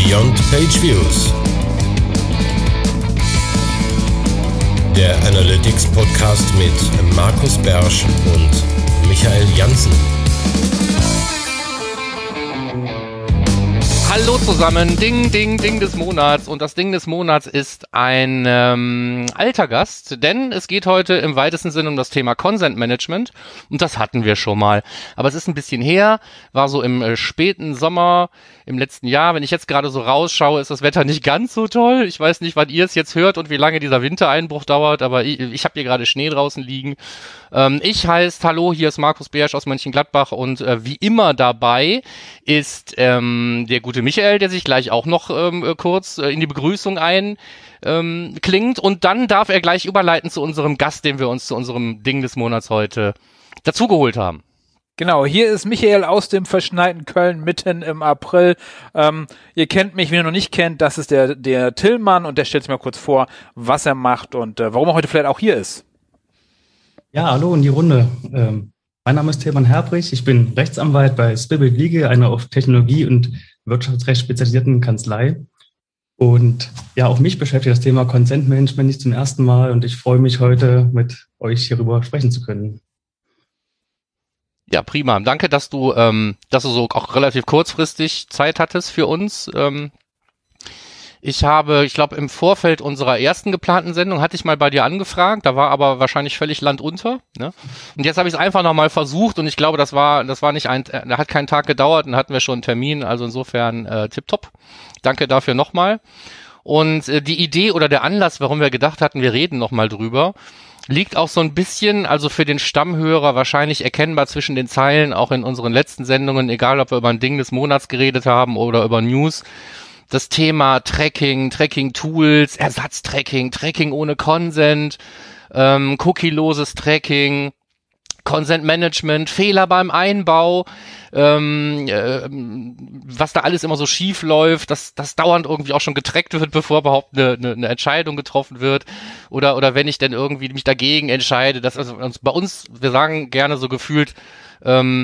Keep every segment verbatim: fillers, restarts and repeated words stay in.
Beyond Page Views, der Analytics Podcast mit Markus Bersch und Michael Janssen. Hallo zusammen, Ding, Ding, Ding des Monats. Und das Ding des Monats ist ein ähm, alter Gast, denn es geht heute im weitesten Sinne um das Thema Consent Management. Und das hatten wir schon mal. Aber es ist ein bisschen her, war so im äh, späten Sommer im letzten Jahr. Wenn ich jetzt gerade so rausschaue, ist das Wetter nicht ganz so toll. Ich weiß nicht, wann ihr es jetzt hört und wie lange dieser Wintereinbruch dauert, aber ich, ich habe hier gerade Schnee draußen liegen. Ähm, ich heißt, hallo, hier ist Markus Bersch aus Mönchengladbach und äh, wie immer dabei ist ähm, der gute Michael, der sich gleich auch noch ähm, kurz äh, in die Begrüßung ein ähm, klingt, und dann darf er gleich überleiten zu unserem Gast, den wir uns zu unserem Ding des Monats heute dazugeholt haben. Genau, hier ist Michael aus dem verschneiten Köln mitten im April. Ähm, ihr kennt mich, wenn ihr noch nicht kennt, das ist der der Tillmann, und der stellt sich mal kurz vor, was er macht und äh, warum er heute vielleicht auch hier ist. Ja, hallo in die Runde. Ähm, mein Name ist Tillmann Herbrich, ich bin Rechtsanwalt bei Spielberg Liege, einer auf Technologie und Wirtschaftsrecht spezialisierten Kanzlei. Und ja, auch mich beschäftigt das Thema Consent Management nicht zum ersten Mal, und ich freue mich heute mit euch hierüber sprechen zu können. Ja, prima. Danke, dass du, ähm, dass du so auch relativ kurzfristig Zeit hattest für uns. Ähm, ich habe, ich glaube, im Vorfeld unserer ersten geplanten Sendung hatte ich mal bei dir angefragt, da war aber wahrscheinlich völlig Land unter, ne? Und jetzt habe ich es einfach nochmal versucht, und ich glaube, das war, das war nicht ein, da hat keinen Tag gedauert, und hatten wir schon einen Termin, also insofern äh, tipptopp. Danke dafür nochmal. Und äh, die Idee oder der Anlass, warum wir gedacht hatten, wir reden nochmal drüber, liegt auch so ein bisschen, also für den Stammhörer wahrscheinlich erkennbar zwischen den Zeilen, auch in unseren letzten Sendungen, egal ob wir über ein Ding des Monats geredet haben oder über News, das Thema Tracking, Tracking-Tools, Ersatztracking, Tracking ohne Consent, ähm, cookieloses Tracking, Consent-Management, Fehler beim Einbau, ähm, äh, was da alles immer so schief läuft, dass das dauernd irgendwie auch schon getrackt wird, bevor überhaupt eine, eine, eine Entscheidung getroffen wird, oder oder wenn ich denn irgendwie mich dagegen entscheide, dass also bei uns, wir sagen gerne so gefühlt, ähm,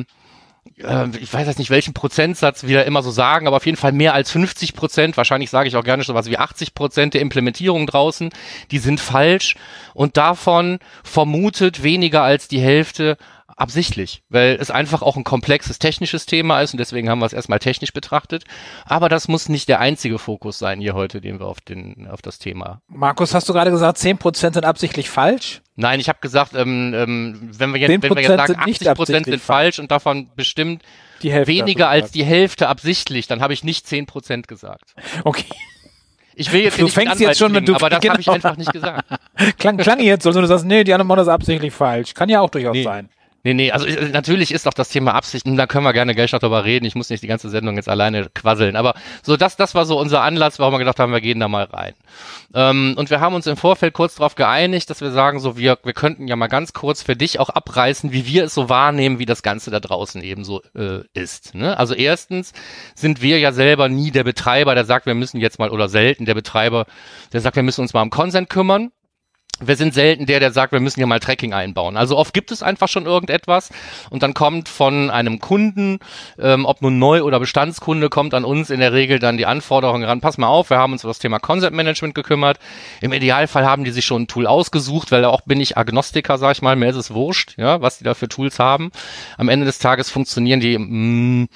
äh, ich weiß jetzt nicht, welchen Prozentsatz wir immer so sagen, aber auf jeden Fall mehr als fünfzig Prozent, wahrscheinlich sage ich auch gerne sowas wie achtzig Prozent der Implementierungen draußen, die sind falsch, und davon vermutet weniger als die Hälfte absichtlich, weil es einfach auch ein komplexes technisches Thema ist, und deswegen haben wir es erstmal technisch betrachtet. Aber das muss nicht der einzige Fokus sein hier heute, den wir auf den auf das Thema. Markus, hast du gerade gesagt, zehn Prozent sind absichtlich falsch? Nein, ich habe gesagt, ähm, ähm, wenn wir jetzt, wenn wir jetzt sagen, achtzig Prozent sind falsch und davon bestimmt die Hälfte weniger als die Hälfte absichtlich, dann habe ich nicht zehn Prozent gesagt. Okay. Ich will jetzt du nicht fängst jetzt schon, wenn du, aber das genau. habe ich einfach nicht gesagt. klang, klang jetzt so, du sagst, nee, die anderen machen das absichtlich falsch. Kann ja auch durchaus nee. sein. Nee, nee, also natürlich ist doch das Thema Absichten, da können wir gerne gleich noch drüber reden, ich muss nicht die ganze Sendung jetzt alleine quasseln, aber so das das war so unser Anlass, warum wir gedacht haben, wir gehen da mal rein. Ähm, und wir haben uns im Vorfeld kurz darauf geeinigt, dass wir sagen, so wir wir könnten ja mal ganz kurz für dich auch abreißen, wie wir es so wahrnehmen, wie das Ganze da draußen eben so äh, ist. Ne? Also erstens sind wir ja selber nie der Betreiber, der sagt, wir müssen jetzt mal, oder selten der Betreiber, der sagt, wir müssen uns mal um Consent kümmern. Wir sind selten der, der sagt, wir müssen hier mal Tracking einbauen. Also oft gibt es einfach schon irgendetwas, und dann kommt von einem Kunden, ähm, ob nun Neu- oder Bestandskunde, kommt an uns in der Regel dann die Anforderung ran, pass mal auf, wir haben uns um das Thema Consent Management gekümmert. Im Idealfall haben die sich schon ein Tool ausgesucht, weil auch bin ich Agnostiker, sag ich mal, mir ist es wurscht, ja, was die da für Tools haben. Am Ende des Tages funktionieren die mh,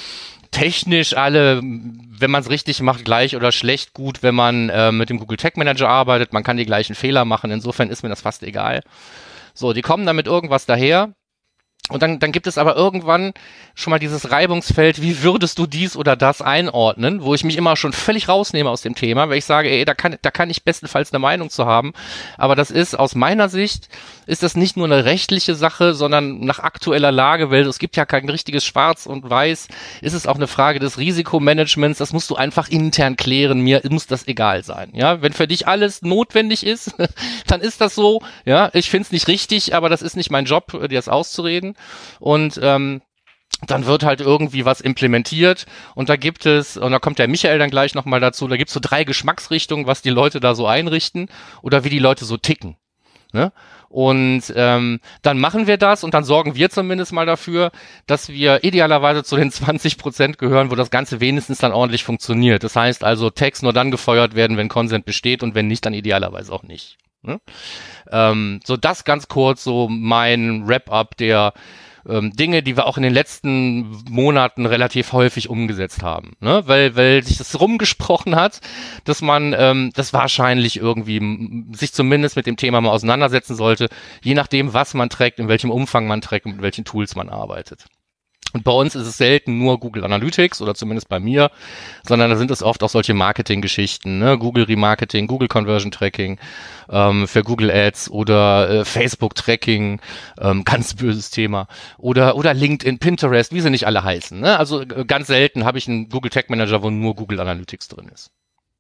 technisch alle, wenn man es richtig macht, gleich oder schlecht gut, wenn man äh, mit dem Google Tag Manager arbeitet. Man kann die gleichen Fehler machen, insofern ist mir das fast egal. So, die kommen dann mit irgendwas daher, und dann, dann gibt es aber irgendwann schon mal dieses Reibungsfeld, wie würdest du dies oder das einordnen, wo ich mich immer schon völlig rausnehme aus dem Thema, weil ich sage, ey, da kann, da kann ich bestenfalls eine Meinung zu haben, aber das ist aus meiner Sicht, ist das nicht nur eine rechtliche Sache, sondern nach aktueller Lage, weil es gibt ja kein richtiges Schwarz und Weiß, ist es auch eine Frage des Risikomanagements, das musst du einfach intern klären, mir muss das egal sein, ja, wenn für dich alles notwendig ist, dann ist das so, ja, ich find's nicht richtig, aber das ist nicht mein Job, dir das auszureden. Und ähm, dann wird halt irgendwie was implementiert, und da gibt es, und da kommt der Michael dann gleich nochmal dazu, da gibt es so drei Geschmacksrichtungen, was die Leute da so einrichten oder wie die Leute so ticken. Ne? Und ähm, dann machen wir das und dann sorgen wir zumindest mal dafür, dass wir idealerweise zu den zwanzig Prozent gehören, wo das Ganze wenigstens dann ordentlich funktioniert. Das heißt also, Tags nur dann gefeuert werden, wenn Consent besteht und wenn nicht, dann idealerweise auch nicht. Ne? Ähm, so das ganz kurz, so mein Wrap-up der ähm, Dinge, die wir auch in den letzten Monaten relativ häufig umgesetzt haben, ne? Weil weil sich das rumgesprochen hat, dass man ähm, das wahrscheinlich irgendwie m- sich zumindest mit dem Thema mal auseinandersetzen sollte, je nachdem, was man trägt, in welchem Umfang man trägt und mit welchen Tools man arbeitet. Und bei uns ist es selten nur Google Analytics oder zumindest bei mir, sondern da sind es oft auch solche Marketing-Geschichten, ne? Google Remarketing, Google Conversion Tracking ähm, für Google Ads oder äh, Facebook Tracking, ähm, ganz böses Thema, oder oder LinkedIn, Pinterest, wie sie nicht alle heißen. Ne? Also äh, ganz selten habe ich einen Google Tag Manager, wo nur Google Analytics drin ist.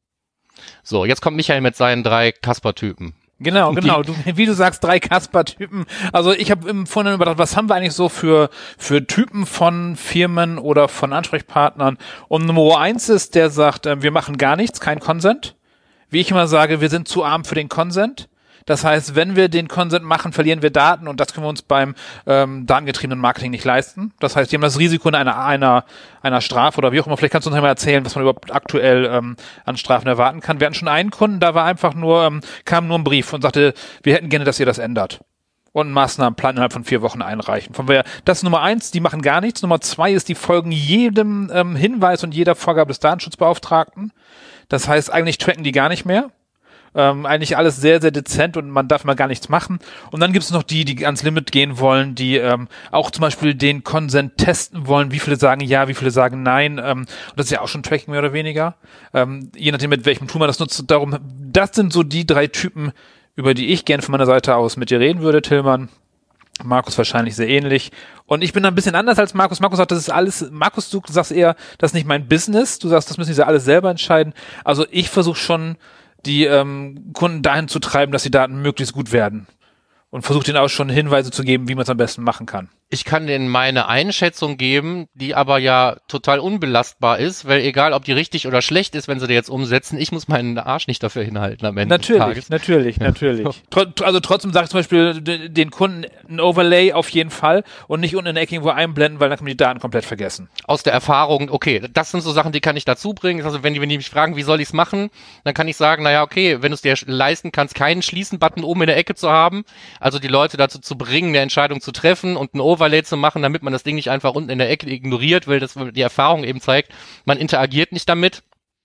So, jetzt kommt Michael mit seinen drei Kasper-Typen. Genau, genau. Du, wie du sagst, drei Kasper-Typen. Also ich habe im Vorhinein überlegt, was haben wir eigentlich so für für Typen von Firmen oder von Ansprechpartnern? Und Nummer eins ist, der sagt, äh, wir machen gar nichts, kein Consent. Wie ich immer sage, wir sind zu arm für den Consent. Das heißt, wenn wir den Consent machen, verlieren wir Daten und das können wir uns beim ähm, datengetriebenen Marketing nicht leisten. Das heißt, die haben das Risiko in einer einer einer Strafe oder wie auch immer. Vielleicht kannst du uns mal erzählen, was man überhaupt aktuell ähm, an Strafen erwarten kann. Wir hatten schon einen Kunden, da war einfach nur ähm, kam nur ein Brief und sagte, wir hätten gerne, dass ihr das ändert. Und einen Maßnahmenplan innerhalb von vier Wochen einreichen. Von wer, das ist Nummer eins, die machen gar nichts. Nummer zwei ist, die folgen jedem ähm, Hinweis und jeder Vorgabe des Datenschutzbeauftragten. Das heißt, eigentlich tracken die gar nicht mehr. Ähm, eigentlich alles sehr, sehr dezent und man darf mal gar nichts machen. Und dann gibt es noch die, die ans Limit gehen wollen, die ähm, auch zum Beispiel den Consent testen wollen. Wie viele sagen ja, wie viele sagen nein. Ähm, und das ist ja auch schon Tracking mehr oder weniger. Ähm, je nachdem, mit welchem Tool man das nutzt. Darum, das sind so die drei Typen, über die ich gerne von meiner Seite aus mit dir reden würde, Tillmann. Markus wahrscheinlich sehr ähnlich. Und ich bin da ein bisschen anders als Markus. Markus sagt, das ist alles, Markus, du sagst eher, das ist nicht mein Business. Du sagst, das müssen diese alle selber entscheiden. Also ich versuche schon, die ähm, Kunden dahin zu treiben, dass die Daten möglichst gut werden. Und versucht ihnen auch schon Hinweise zu geben, wie man es am besten machen kann. Ich kann denen meine Einschätzung geben, die aber ja total unbelastbar ist, weil egal, ob die richtig oder schlecht ist, wenn sie die jetzt umsetzen, ich muss meinen Arsch nicht dafür hinhalten am Ende natürlich, des Tages. Natürlich, ja. natürlich. Tr- also trotzdem sage ich zum Beispiel den Kunden ein Overlay auf jeden Fall und nicht unten in der Ecke irgendwo einblenden, weil dann kann man die Daten komplett vergessen. Aus der Erfahrung, okay, das sind so Sachen, die kann ich dazu bringen. Also wenn die, wenn die mich fragen, wie soll ich es machen, dann kann ich sagen, naja, okay, wenn du es dir leisten kannst, keinen Schließen-Button oben in der Ecke zu haben, also die Leute dazu zu bringen, eine Entscheidung zu treffen und ein Overlay zu machen, damit man das Ding nicht einfach unten in der Ecke ignoriert, weil das die Erfahrung eben zeigt, man interagiert nicht damit.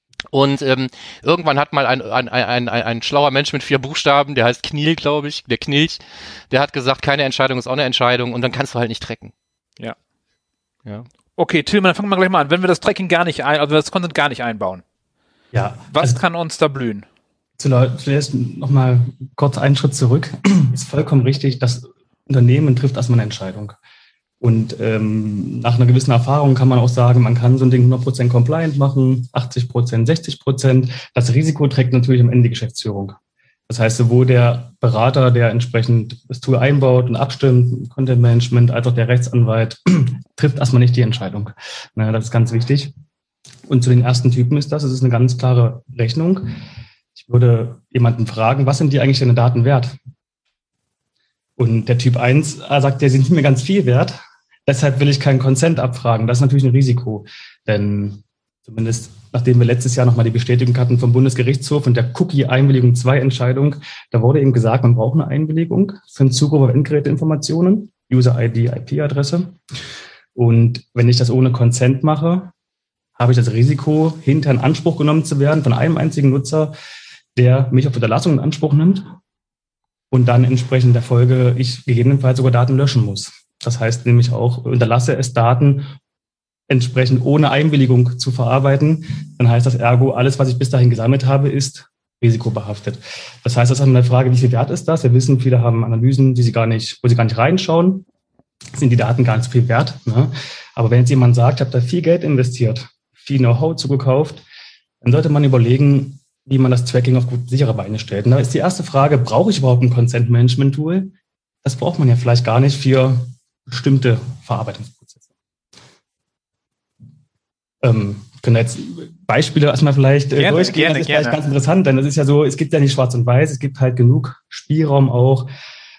Und ähm, irgendwann hat mal ein, ein, ein, ein, ein schlauer Mensch mit vier Buchstaben, der heißt Kniel, glaube ich, der Knilch, der hat gesagt, keine Entscheidung ist auch eine Entscheidung und dann kannst du halt nicht tracken. Ja. Ja. Okay, Tillmann, dann fangen wir gleich mal an. Wenn wir das Tracking gar nicht ein, also das Content gar nicht einbauen, Ja. was also, kann uns da blühen? Zuerst nochmal kurz einen Schritt zurück. Ist vollkommen richtig, das Unternehmen trifft erstmal eine Entscheidung. Und ähm, nach einer gewissen Erfahrung kann man auch sagen, man kann so ein Ding hundert Prozent compliant machen, achtzig Prozent, sechzig Prozent. Das Risiko trägt natürlich am Ende die Geschäftsführung. Das heißt, sowohl der Berater, der entsprechend das Tool einbaut und abstimmt, Content Management, als auch der Rechtsanwalt, trifft erstmal nicht die Entscheidung. Na, das ist ganz wichtig. Und zu den ersten Typen ist das, es ist eine ganz klare Rechnung. Ich würde jemanden fragen, was sind die eigentlich deine Daten wert? Und der Typ eins sagt, der sind nicht mehr ganz viel wert. Deshalb will ich keinen Consent abfragen. Das ist natürlich ein Risiko. Denn zumindest nachdem wir letztes Jahr nochmal die Bestätigung hatten vom Bundesgerichtshof und der Cookie-Einwilligung zwei Entscheidung, da wurde eben gesagt, man braucht eine Einwilligung für den Zugriff auf Endgeräteinformationen, User-I D, I P-Adresse. Und wenn ich das ohne Consent mache, habe ich das Risiko, hinterher in Anspruch genommen zu werden von einem einzigen Nutzer, der mich auf Unterlassung in Anspruch nimmt und dann entsprechend der Folge ich gegebenenfalls sogar Daten löschen muss. Das heißt nämlich auch, unterlasse es Daten entsprechend ohne Einwilligung zu verarbeiten, dann heißt das ergo, alles, was ich bis dahin gesammelt habe, ist risikobehaftet. Das heißt, das ist eine Frage, wie viel wert ist das? Wir wissen, viele haben Analysen, die sie gar nicht, wo sie gar nicht reinschauen, sind die Daten gar nicht so viel wert. Ne? Aber wenn jetzt jemand sagt, ich habe da viel Geld investiert, viel Know-how zugekauft, dann sollte man überlegen, wie man das Tracking auf gut sichere Beine stellt. Und da ist die erste Frage, brauche ich überhaupt ein Consent-Management-Tool? Das braucht man ja vielleicht gar nicht für bestimmte Verarbeitungsprozesse. Ähm, können wir jetzt Beispiele erstmal vielleicht äh, gerne, durchgehen? Gerne, das ist gerne. vielleicht ganz interessant, denn das ist ja so, es gibt ja nicht schwarz und weiß, es gibt halt genug Spielraum auch,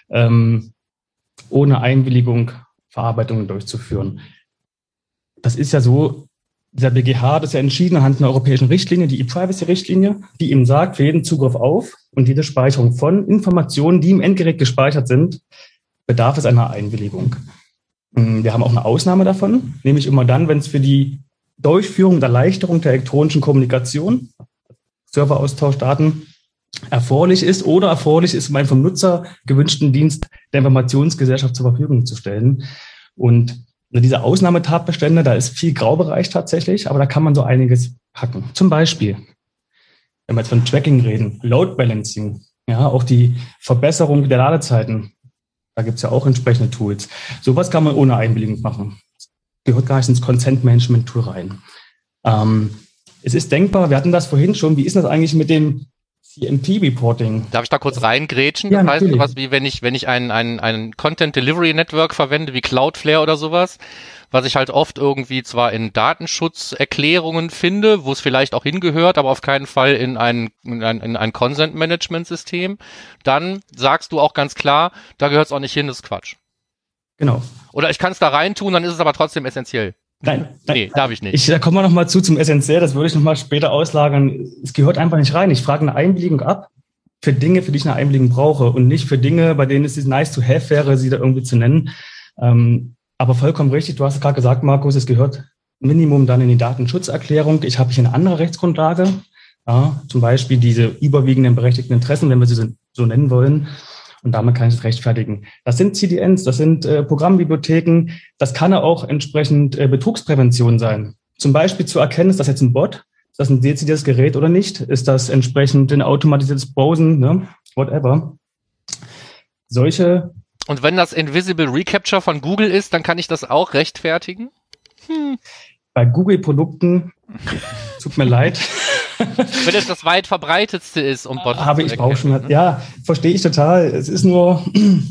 ähm, ohne Einwilligung Verarbeitungen durchzuführen. Das ist ja so, der B G H hat es ja entschieden anhand einer europäischen Richtlinie, die E-Privacy-Richtlinie, die ihm sagt, für jeden Zugriff auf und jede Speicherung von Informationen, die im Endgerät gespeichert sind, bedarf es einer Einwilligung. Wir haben auch eine Ausnahme davon, nämlich immer dann, wenn es für die Durchführung und Erleichterung der elektronischen Kommunikation, Serveraustausch, Daten, erforderlich ist oder erforderlich ist, um einen vom Nutzer gewünschten Dienst der Informationsgesellschaft zur Verfügung zu stellen. Und diese Ausnahmetatbestände, da ist viel Graubereich tatsächlich, aber da kann man so einiges packen. Zum Beispiel, wenn wir jetzt von Tracking reden, Load Balancing, ja, auch die Verbesserung der Ladezeiten, da gibt es ja auch entsprechende Tools. Sowas kann man ohne Einwilligung machen. Gehört gar nicht ins Consent-Management-Tool rein. Ähm, es ist denkbar, wir hatten das vorhin schon, wie ist das eigentlich mit dem C M P-Reporting? Darf ich da kurz reingrätschen? Ja, das heißt natürlich. sowas wie, wenn ich, wenn ich ein, ein, ein Content Delivery Network verwende, wie Cloudflare oder sowas, was ich halt oft irgendwie zwar in Datenschutzerklärungen finde, wo es vielleicht auch hingehört, aber auf keinen Fall in ein, in ein, in ein Consent-Management-System, dann sagst du auch ganz klar, da gehört es auch nicht hin, das ist Quatsch. Genau. Oder ich kann es da reintun, dann ist es aber trotzdem essentiell. Nein, nein. Nee, darf ich nicht. Ich, da kommen wir noch mal zu zum Essentiell, das würde ich noch mal später auslagern. Es gehört einfach nicht rein. Ich frage eine Einwilligung ab für Dinge, für die ich eine Einwilligung brauche und nicht für Dinge, bei denen es nice to have wäre, sie da irgendwie zu nennen. Ähm, aber vollkommen richtig, du hast es gerade gesagt, Markus, es gehört Minimum dann in die Datenschutzerklärung. Ich habe hier eine andere Rechtsgrundlage, ja, zum Beispiel diese überwiegenden berechtigten Interessen, wenn wir sie so, so nennen wollen. Und damit kann ich es rechtfertigen. Das sind C D Ns, das sind äh, Programmbibliotheken. Das kann auch entsprechend äh, Betrugsprävention sein. Zum Beispiel zu erkennen, ist das jetzt ein Bot? Ist das ein dezidiertes Gerät oder nicht? Ist das entsprechend ein automatisiertes Browsen? Ne? Whatever. Solche. Und wenn das Invisible Recapture von Google ist, dann kann ich das auch rechtfertigen? Hm. Bei Google-Produkten, tut mir leid. Wenn es das weit verbreitetste ist, um Bots Habe zu ich erkennen, Bauchschmerzen. ne? Ja, verstehe ich total. Es ist nur,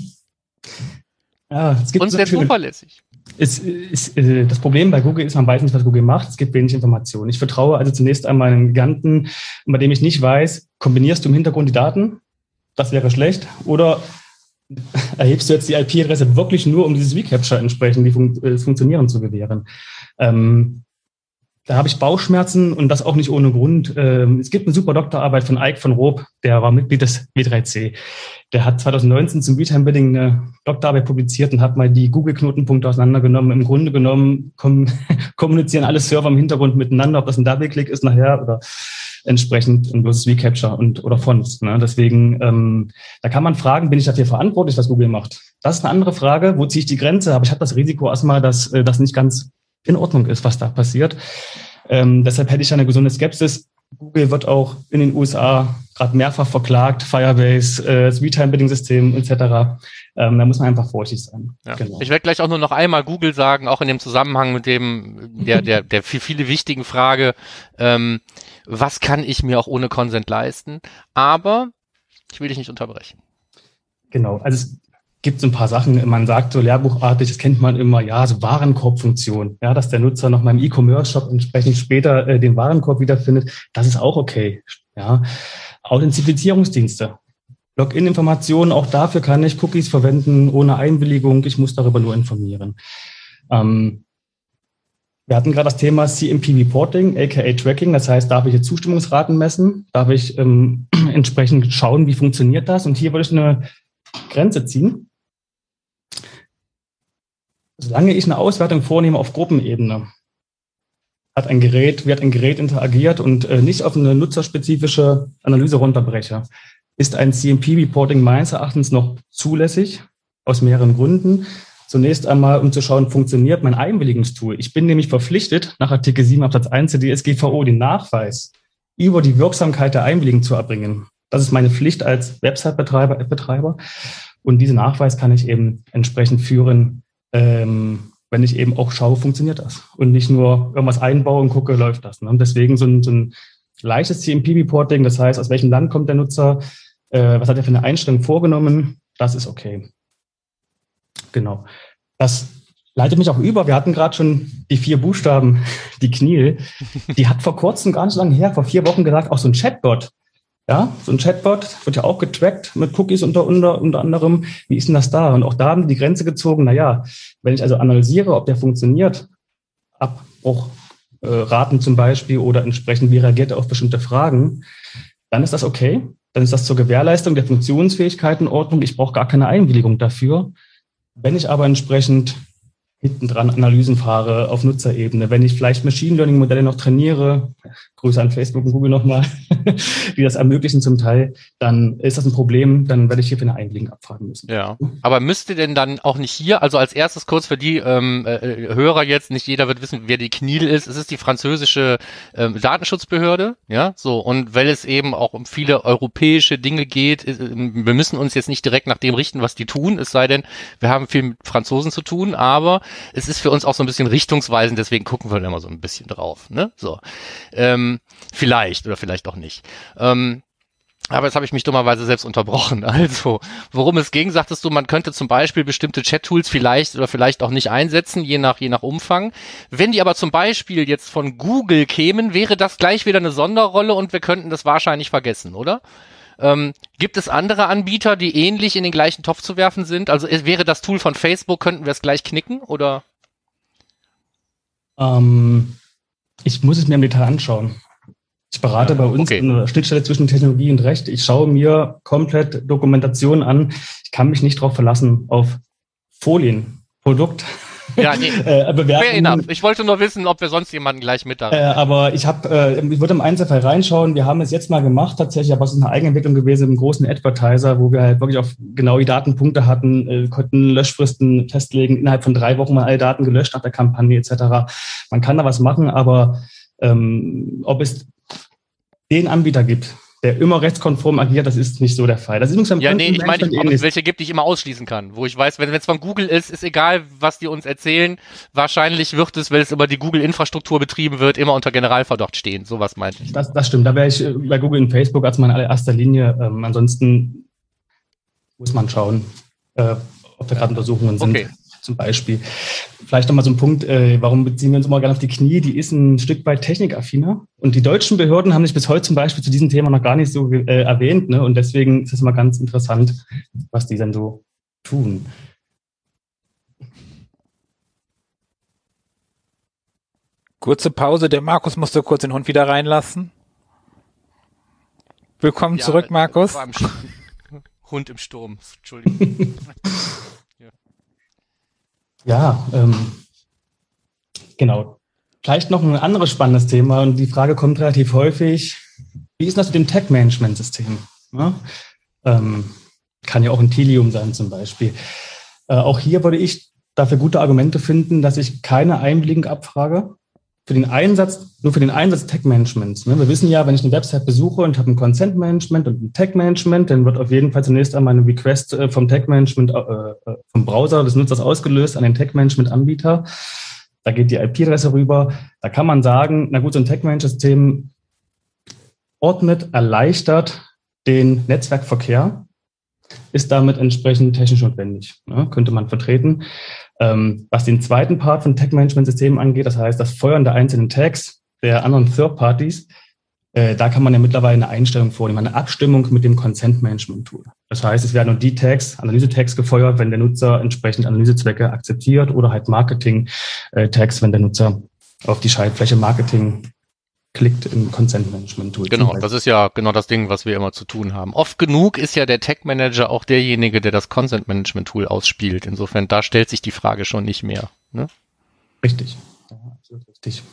ja, es gibt Und sehr so viele, zuverlässig. es ist, äh, das Problem bei Google ist, man weiß nicht, was Google macht. Es gibt wenig Informationen. Ich vertraue also zunächst einmal einem Giganten, bei dem ich nicht weiß, kombinierst du im Hintergrund die Daten? Das wäre schlecht. Oder erhebst du jetzt die I P-Adresse wirklich nur, um dieses Recapture entsprechend die Fun- äh, Funktionieren zu gewähren? Ähm, Da habe ich Bauchschmerzen und das auch nicht ohne Grund. Ähm, es gibt eine super Doktorarbeit von Eik von Roop, der war Mitglied des W drei C. Der hat zwanzig neunzehn zum Real-Time-Bidding eine Doktorarbeit publiziert und hat mal die Google-Knotenpunkte auseinandergenommen. Im Grunde genommen kom- kommunizieren alle Server im Hintergrund miteinander, ob das ein Double-Click ist nachher oder entsprechend ein bloßes Recapture und oder Fonts. Ne? Deswegen, ähm, da kann man fragen, bin ich dafür verantwortlich, was Google macht? Das ist eine andere Frage, wo ziehe ich die Grenze? Aber ich habe das Risiko erstmal, dass äh, das nicht ganz in Ordnung ist, was da passiert. Ähm, deshalb hätte ich eine gesunde Skepsis. Google wird auch in den U S A gerade mehrfach verklagt, Firebase, äh, das Real-Time-Bidding-System et cetera. Ähm, da muss man einfach vorsichtig sein. Ja. Genau. Ich werde gleich auch nur noch einmal Google sagen, auch in dem Zusammenhang mit dem der der der für viele wichtigen Frage, ähm, was kann ich mir auch ohne Consent leisten? Aber ich will dich nicht unterbrechen. Genau, also es gibt so ein paar Sachen, man sagt so lehrbuchartig, das kennt man immer, ja, so Warenkorbfunktion, ja, dass der Nutzer noch mal im E-Commerce-Shop entsprechend später äh, den Warenkorb wiederfindet, das ist auch okay, ja. Authentifizierungsdienste, Login-Informationen, auch dafür kann ich Cookies verwenden, ohne Einwilligung, ich muss darüber nur informieren. Ähm, wir hatten gerade das Thema C M P-Reporting, aka Tracking, das heißt, darf ich jetzt Zustimmungsraten messen, darf ich ähm, entsprechend schauen, wie funktioniert das, und hier würde ich eine Grenze ziehen. Solange ich eine Auswertung vornehme auf Gruppenebene, hat ein Gerät, wird ein Gerät interagiert und äh, nicht auf eine nutzerspezifische Analyse runterbreche, ist ein C M P-Reporting meines Erachtens noch zulässig, aus mehreren Gründen. Zunächst einmal, um zu schauen, funktioniert mein Einwilligungstool. Ich bin nämlich verpflichtet, nach Artikel sieben Absatz eins der D S G V O den Nachweis über die Wirksamkeit der Einwilligung zu erbringen. Das ist meine Pflicht als Website-Betreiber, App-Betreiber. Und diesen Nachweis kann ich eben entsprechend führen, ähm, wenn ich eben auch schaue, funktioniert das. Und nicht nur irgendwas einbaue und gucke, läuft das. Ne? Und deswegen so ein, so ein leichtes C M P-Reporting, das heißt, aus welchem Land kommt der Nutzer, äh, was hat er für eine Einstellung vorgenommen, das ist okay. Genau. Das leitet mich auch über. Wir hatten gerade schon die vier Buchstaben, die C N I L. Die hat vor kurzem, gar nicht lange her, vor vier Wochen gesagt, auch so ein Chatbot, Ja, so ein Chatbot wird ja auch getrackt mit Cookies unter, unter, unter anderem. Wie ist denn das da? Und auch da haben die Grenze gezogen, naja, wenn ich also analysiere, ob der funktioniert, Abbruchraten äh, zum Beispiel oder entsprechend wie reagiert er auf bestimmte Fragen, dann ist das okay. Dann ist das zur Gewährleistung der Funktionsfähigkeit in Ordnung. Ich brauche gar keine Einwilligung dafür. Wenn ich aber entsprechend hinten dran Analysen fahre auf Nutzerebene, wenn ich vielleicht Machine Learning Modelle noch trainiere, Grüße an Facebook und Google nochmal, die das ermöglichen zum Teil, dann ist das ein Problem, dann werde ich hierfür eine Einwilligung abfragen müssen. Ja, aber müsste denn dann auch nicht hier, also als erstes kurz für die ähm, äh, Hörer jetzt, nicht jeder wird wissen, wer die C N I L ist, es ist die französische ähm, Datenschutzbehörde, ja, so, und weil es eben auch um viele europäische Dinge geht, ist, wir müssen uns jetzt nicht direkt nach dem richten, was die tun, es sei denn, wir haben viel mit Franzosen zu tun, aber es ist für uns auch so ein bisschen richtungsweisend, deswegen gucken wir immer so ein bisschen drauf, ne, so, ähm, vielleicht oder vielleicht auch nicht. Ähm, aber jetzt habe ich mich dummerweise selbst unterbrochen. Also, worum es ging, sagtest du, man könnte zum Beispiel bestimmte Chat-Tools vielleicht oder vielleicht auch nicht einsetzen, je nach je nach Umfang. Wenn die aber zum Beispiel jetzt von Google kämen, wäre das gleich wieder eine Sonderrolle und wir könnten das wahrscheinlich vergessen, oder? Ähm, gibt es andere Anbieter, die ähnlich in den gleichen Topf zu werfen sind? Also wäre das Tool von Facebook, könnten wir es gleich knicken, oder? Ähm, ich muss es mir im Detail anschauen. Ich berate bei uns okay. eine Schnittstelle zwischen Technologie und Recht. Ich schaue mir komplett Dokumentation an. Ich kann mich nicht darauf verlassen, auf Folien, Produkt, ja, nee. äh, Bewertungen. Fair enough. Ich wollte nur wissen, ob wir sonst jemanden gleich mit da äh, Aber ich habe, äh, ich würde im Einzelfall reinschauen. Wir haben es jetzt mal gemacht tatsächlich, aber es ist eine Eigenentwicklung gewesen im großen Advertiser, wo wir halt wirklich auf genau die Datenpunkte hatten, äh, konnten Löschfristen festlegen, innerhalb von drei Wochen mal alle Daten gelöscht nach der Kampagne et cetera. Man kann da was machen, aber ähm, ob es den Anbieter gibt, der immer rechtskonform agiert, das ist nicht so der Fall. Das ist übrigens ja, nee, ich meine, ob es welche gibt, die ich immer ausschließen kann. Wo ich weiß, wenn es von Google ist, ist egal, was die uns erzählen. Wahrscheinlich wird es, weil es über die Google-Infrastruktur betrieben wird, immer unter Generalverdacht stehen. Sowas meinte ich. Das, das stimmt. Da wäre ich bei Google und Facebook als mal in allererster Linie. Ähm, ansonsten muss man schauen, äh, ob da gerade Untersuchungen sind. Okay. Zum Beispiel. Vielleicht nochmal so ein Punkt, äh, warum beziehen wir uns immer gerne auf die C N I L? Die ist ein Stück weit technikaffiner. Und die deutschen Behörden haben sich bis heute zum Beispiel zu diesem Thema noch gar nicht so äh, erwähnt. Ne? Und deswegen ist es immer ganz interessant, was die dann so tun. Kurze Pause, der Markus musste kurz den Hund wieder reinlassen. Willkommen ja, zurück, Markus. War im Hund im Sturm, Entschuldigung. Ja, ähm, genau. Vielleicht noch ein anderes spannendes Thema und die Frage kommt relativ häufig, wie ist das mit dem Tag-Management-System? Ja? Ähm, kann ja auch ein Tilium sein zum Beispiel. Äh, auch hier würde ich dafür gute Argumente finden, dass ich keine Einwilligung abfrage. Für den Einsatz, nur für den Einsatz Tag-Managements. Ne? Wir wissen ja, wenn ich eine Website besuche und habe ein Consent-Management und ein Tag-Management, dann wird auf jeden Fall zunächst einmal eine Request äh, vom Tag-Management, äh, vom Browser des Nutzers ausgelöst an den Tag-Management-Anbieter. Da geht die I P-Adresse rüber. Da kann man sagen, na gut, so ein Tag-Management-System ordnet, erleichtert den Netzwerkverkehr, ist damit entsprechend technisch notwendig, ne? Könnte man vertreten. Ähm, was den zweiten Part von Tag-Management-Systemen angeht, das heißt das Feuern der einzelnen Tags der anderen Third-Parties, äh, da kann man ja mittlerweile eine Einstellung vornehmen, eine Abstimmung mit dem Consent-Management-Tool. Das heißt, es werden nur die Tags, Analyse-Tags gefeuert, wenn der Nutzer entsprechend Analysezwecke akzeptiert oder halt Marketing-Tags, wenn der Nutzer auf die Schaltfläche Marketing klickt im Consent-Management-Tool. Genau, das ist ja genau das Ding, was wir immer zu tun haben. Oft genug ist ja der Tag-Manager auch derjenige, der das Consent-Management-Tool ausspielt. Insofern, da stellt sich die Frage schon nicht mehr. Ne? Richtig. Ja, absolut richtig.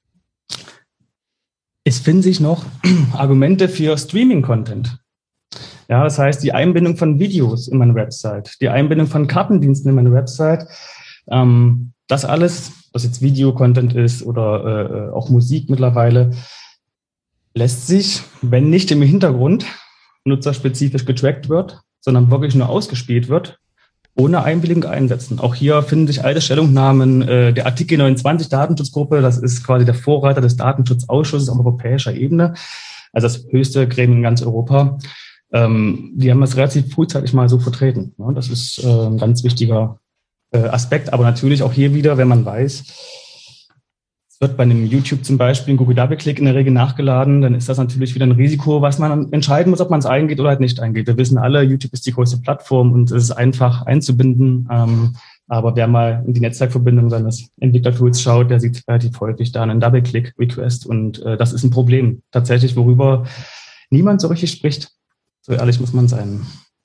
Es finden sich noch Argumente für Streaming-Content. Ja, das heißt, die Einbindung von Videos in meine Website, die Einbindung von Kartendiensten in meine Website, ähm, das alles, was jetzt Video-Content ist oder äh, auch Musik mittlerweile, lässt sich, wenn nicht im Hintergrund nutzerspezifisch getrackt wird, sondern wirklich nur ausgespielt wird, ohne Einwilligung einsetzen. Auch hier finden sich alte Stellungnahmen äh, der Artikel neunundzwanzig Datenschutzgruppe, das ist quasi der Vorreiter des Datenschutzausschusses auf europäischer Ebene, also das höchste Gremium in ganz Europa. Ähm, die haben das relativ frühzeitig mal so vertreten. Ja, das ist äh, ein ganz wichtiger Aspekt, aber natürlich auch hier wieder, wenn man weiß, wird bei einem YouTube zum Beispiel ein Google Double-Click in der Regel nachgeladen, dann ist das natürlich wieder ein Risiko, was man entscheiden muss, ob man es eingeht oder halt nicht eingeht. Wir wissen alle, YouTube ist die größte Plattform und es ist einfach einzubinden. Ähm, aber wer mal in die Netzwerkverbindung seines Entwicklertools schaut, der sieht relativ häufig da einen Double-Click-Request und äh, das ist ein Problem. Tatsächlich, worüber niemand so richtig spricht. So ehrlich muss man sein.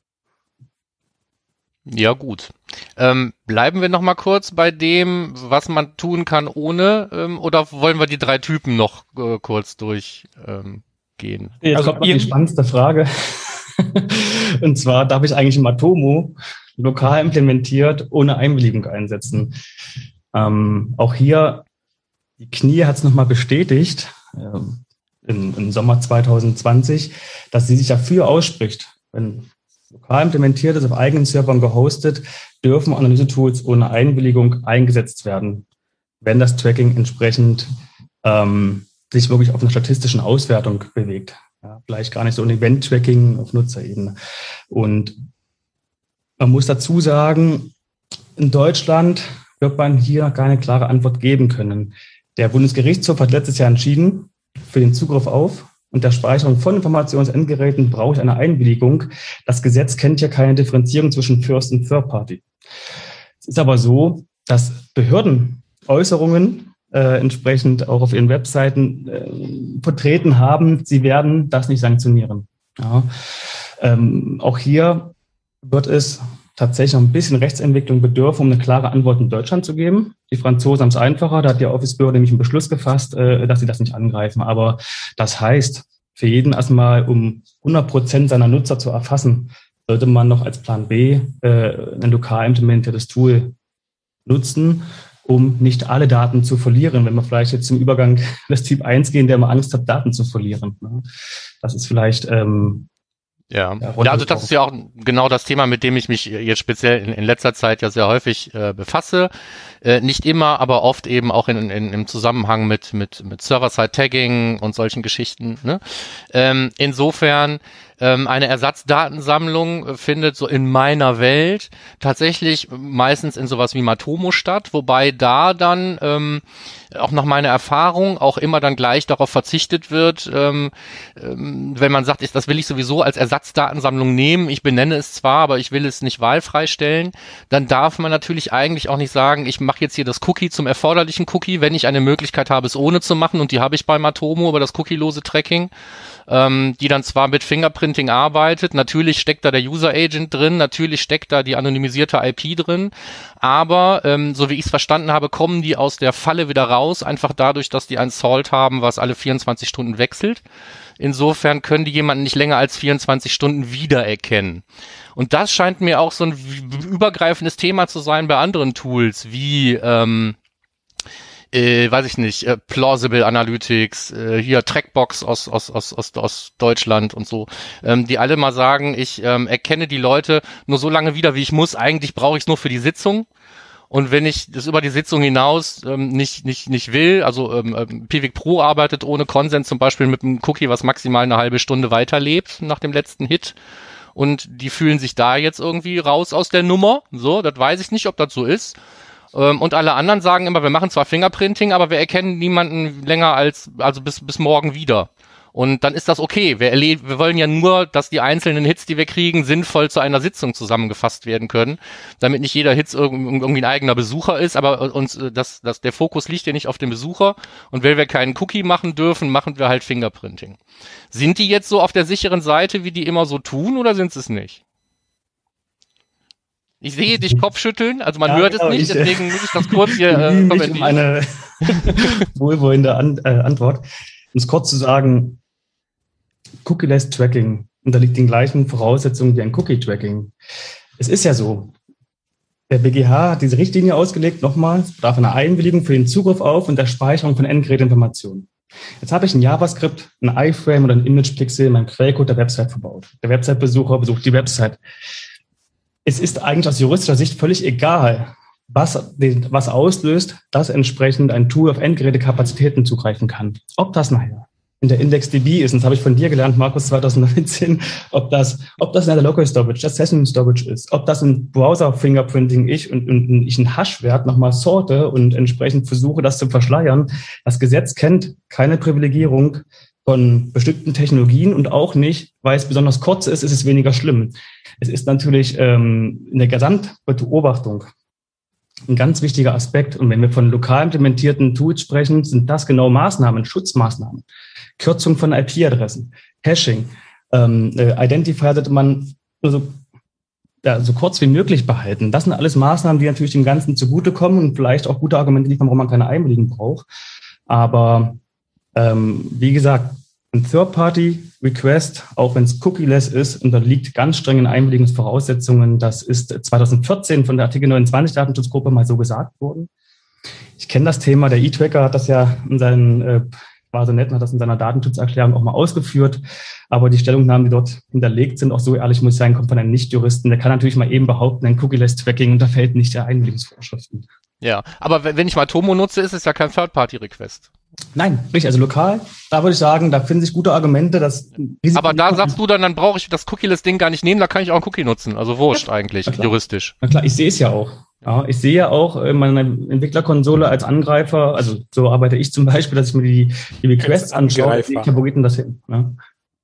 Ja, gut. Ähm, bleiben wir noch mal kurz bei dem, was man tun kann ohne, ähm, oder wollen wir die drei Typen noch äh, kurz durchgehen? Ähm, gehen? Jetzt Also kommt noch die spannendste Frage. Und zwar, darf ich eigentlich Matomo lokal implementiert ohne Einwilligung einsetzen? Ähm, auch hier, die K N I hat es nochmal bestätigt, äh, im, im Sommer zwanzig zwanzig, dass sie sich dafür ausspricht, wenn lokal implementiert ist, auf eigenen Servern gehostet, dürfen Analyse-Tools ohne Einwilligung eingesetzt werden, wenn das Tracking entsprechend ähm, sich wirklich auf einer statistischen Auswertung bewegt. Ja, vielleicht gar nicht so ein Event-Tracking auf Nutzerebene. Und man muss dazu sagen, in Deutschland wird man hier keine klare Antwort geben können. Der Bundesgerichtshof hat letztes Jahr entschieden, für den Zugriff auf und der Speicherung von Informationsendgeräten brauche ich eine Einwilligung. Das Gesetz kennt ja keine Differenzierung zwischen First und Third Party. Es ist aber so, dass Behörden Äußerungen äh, entsprechend auch auf ihren Webseiten äh, vertreten haben, sie werden das nicht sanktionieren. Ja. Ähm, auch hier wird es tatsächlich noch ein bisschen Rechtsentwicklung bedürfen, um eine klare Antwort in Deutschland zu geben. Die Franzosen haben es einfacher, da hat die Office-Behörde nämlich einen Beschluss gefasst, äh, dass sie das nicht angreifen. Aber das heißt, für jeden erstmal, um hundert Prozent seiner Nutzer zu erfassen, sollte man noch als Plan B äh, ein lokal implementiertes Tool nutzen, um nicht alle Daten zu verlieren, wenn wir vielleicht jetzt zum Übergang des Typ eins gehen, der mal Angst hat, Daten zu verlieren. Das ist vielleicht... Ähm, Ja, ja, also das ist ja auch genau das Thema, mit dem ich mich jetzt speziell in, in letzter Zeit ja sehr häufig äh, befasse. Äh, nicht immer, aber oft eben auch in, in, im Zusammenhang mit mit mit Server-Side-Tagging und solchen Geschichten. Ne? Ähm, insofern ähm, eine Ersatzdatensammlung findet so in meiner Welt tatsächlich meistens in sowas wie Matomo statt, wobei da dann ähm, auch nach meiner Erfahrung auch immer dann gleich darauf verzichtet wird, ähm, ähm, wenn man sagt, das will ich sowieso als Ersatzdatensammlung nehmen, ich benenne es zwar, aber ich will es nicht wahlfrei stellen, dann darf man natürlich eigentlich auch nicht sagen, ich mache jetzt hier das Cookie zum erforderlichen Cookie, wenn ich eine Möglichkeit habe, es ohne zu machen, und die habe ich bei Matomo über das cookielose Tracking, ähm, die dann zwar mit Fingerprinting arbeitet, natürlich steckt da der User Agent drin, natürlich steckt da die anonymisierte I P drin, aber ähm, so wie ich es verstanden habe, kommen die aus der Falle wieder raus, einfach dadurch, dass die ein Salt haben, was alle vierundzwanzig Stunden wechselt. Insofern können die jemanden nicht länger als vierundzwanzig Stunden wiedererkennen. Und das scheint mir auch so ein übergreifendes Thema zu sein bei anderen Tools, wie, ähm, äh, weiß ich nicht, äh, Plausible Analytics, äh, hier Trackbox aus, aus, aus, aus, aus Deutschland und so, ähm, die alle mal sagen, ich ähm, erkenne die Leute nur so lange wieder, wie ich muss. Eigentlich brauche ich es nur für die Sitzung. Und wenn ich das über die Sitzung hinaus ähm, nicht nicht nicht will, also ähm, Pivik Pro arbeitet ohne Konsens zum Beispiel mit einem Cookie, was maximal eine halbe Stunde weiterlebt nach dem letzten Hit, und die fühlen sich da jetzt irgendwie raus aus der Nummer. So, das weiß ich nicht, ob das so ist. Ähm, und alle anderen sagen immer, wir machen zwar Fingerprinting, aber wir erkennen niemanden länger als also bis bis morgen wieder. Und dann ist das okay. Wir, erleben, wir wollen ja nur, dass die einzelnen Hits, die wir kriegen, sinnvoll zu einer Sitzung zusammengefasst werden können, damit nicht jeder Hit irgendwie ein eigener Besucher ist, aber uns das, das, der Fokus liegt ja nicht auf dem Besucher. Und weil wir keinen Cookie machen dürfen, machen wir halt Fingerprinting. Sind die jetzt so auf der sicheren Seite, wie die immer so tun, oder sind sie es nicht? Ich sehe dich Kopfschütteln, also man ja, hört genau, es nicht, ich, deswegen muss ich das kurz hier äh, kommentieren. Um eine wohlwollende An- äh, Antwort. Um es kurz zu sagen, Cookie-less Tracking unterliegt den gleichen Voraussetzungen wie ein Cookie-Tracking. Es ist ja so, der B G H hat diese Richtlinie ausgelegt, nochmal, es bedarf einer Einwilligung für den Zugriff auf und der Speicherung von Endgerätinformationen. Jetzt habe ich ein JavaScript, ein iframe oder ein Image-Pixel in meinem Quellcode der Website verbaut. Der Website-Besucher besucht die Website. Es ist eigentlich aus juristischer Sicht völlig egal, was, den, was auslöst, dass entsprechend ein Tool auf Endgerätekapazitäten zugreifen kann. Ob das nachher in der IndexedDB ist, und das habe ich von dir gelernt, Markus, zwanzig neunzehn, ob das, ob das in der Local Storage, das Session Storage ist, ob das ein Browser-Fingerprinting ich und, und ich einen Hash-Wert nochmal sorte und entsprechend versuche, das zu verschleiern. Das Gesetz kennt keine Privilegierung von bestimmten Technologien und auch nicht, weil es besonders kurz ist, ist es weniger schlimm. Es ist natürlich ähm, in der Gesamtbeobachtung ein ganz wichtiger Aspekt. Und wenn wir von lokal implementierten Tools sprechen, sind das genau Maßnahmen, Schutzmaßnahmen. Kürzung von I P-Adressen, Hashing, ähm, äh, Identifier sollte man so, ja, so kurz wie möglich behalten. Das sind alles Maßnahmen, die natürlich dem Ganzen zugutekommen und vielleicht auch gute Argumente liefern, warum man keine Einwilligung braucht. Aber ähm, wie gesagt, ein Third-Party-Request, auch wenn es cookie-less ist, unterliegt ganz strengen Einwilligungsvoraussetzungen. Das ist zwanzig vierzehn von der Artikel neunundzwanzig Datenschutzgruppe mal so gesagt worden. Ich kenne das Thema, der E-Tracker hat das ja in seinen äh, war so nett und hat das in seiner Datenschutzerklärung auch mal ausgeführt. Aber die Stellungnahmen, die dort hinterlegt sind, auch so ehrlich muss ich sagen, kommt von einem Nicht-Juristen. Der kann natürlich mal eben behaupten, ein Cookie-less-Tracking unterfällt nicht der Einwilligungsvorschriften. Ja, aber wenn ich mal Tomo nutze, ist es ja kein Third-Party-Request. Nein, richtig, also lokal, da würde ich sagen, da finden sich gute Argumente, dass Risiko. Aber da sagst du dann, dann brauche ich das Cookie-less-Ding gar nicht nehmen, da kann ich auch ein Cookie nutzen. Also wurscht ja, eigentlich, na juristisch. Na klar, ich sehe es ja auch. Ja, ich sehe ja auch in meiner Entwicklerkonsole als Angreifer, also so arbeite ich zum Beispiel, dass ich mir die, die Requests anschaue, die Favoriten das hin. Ne?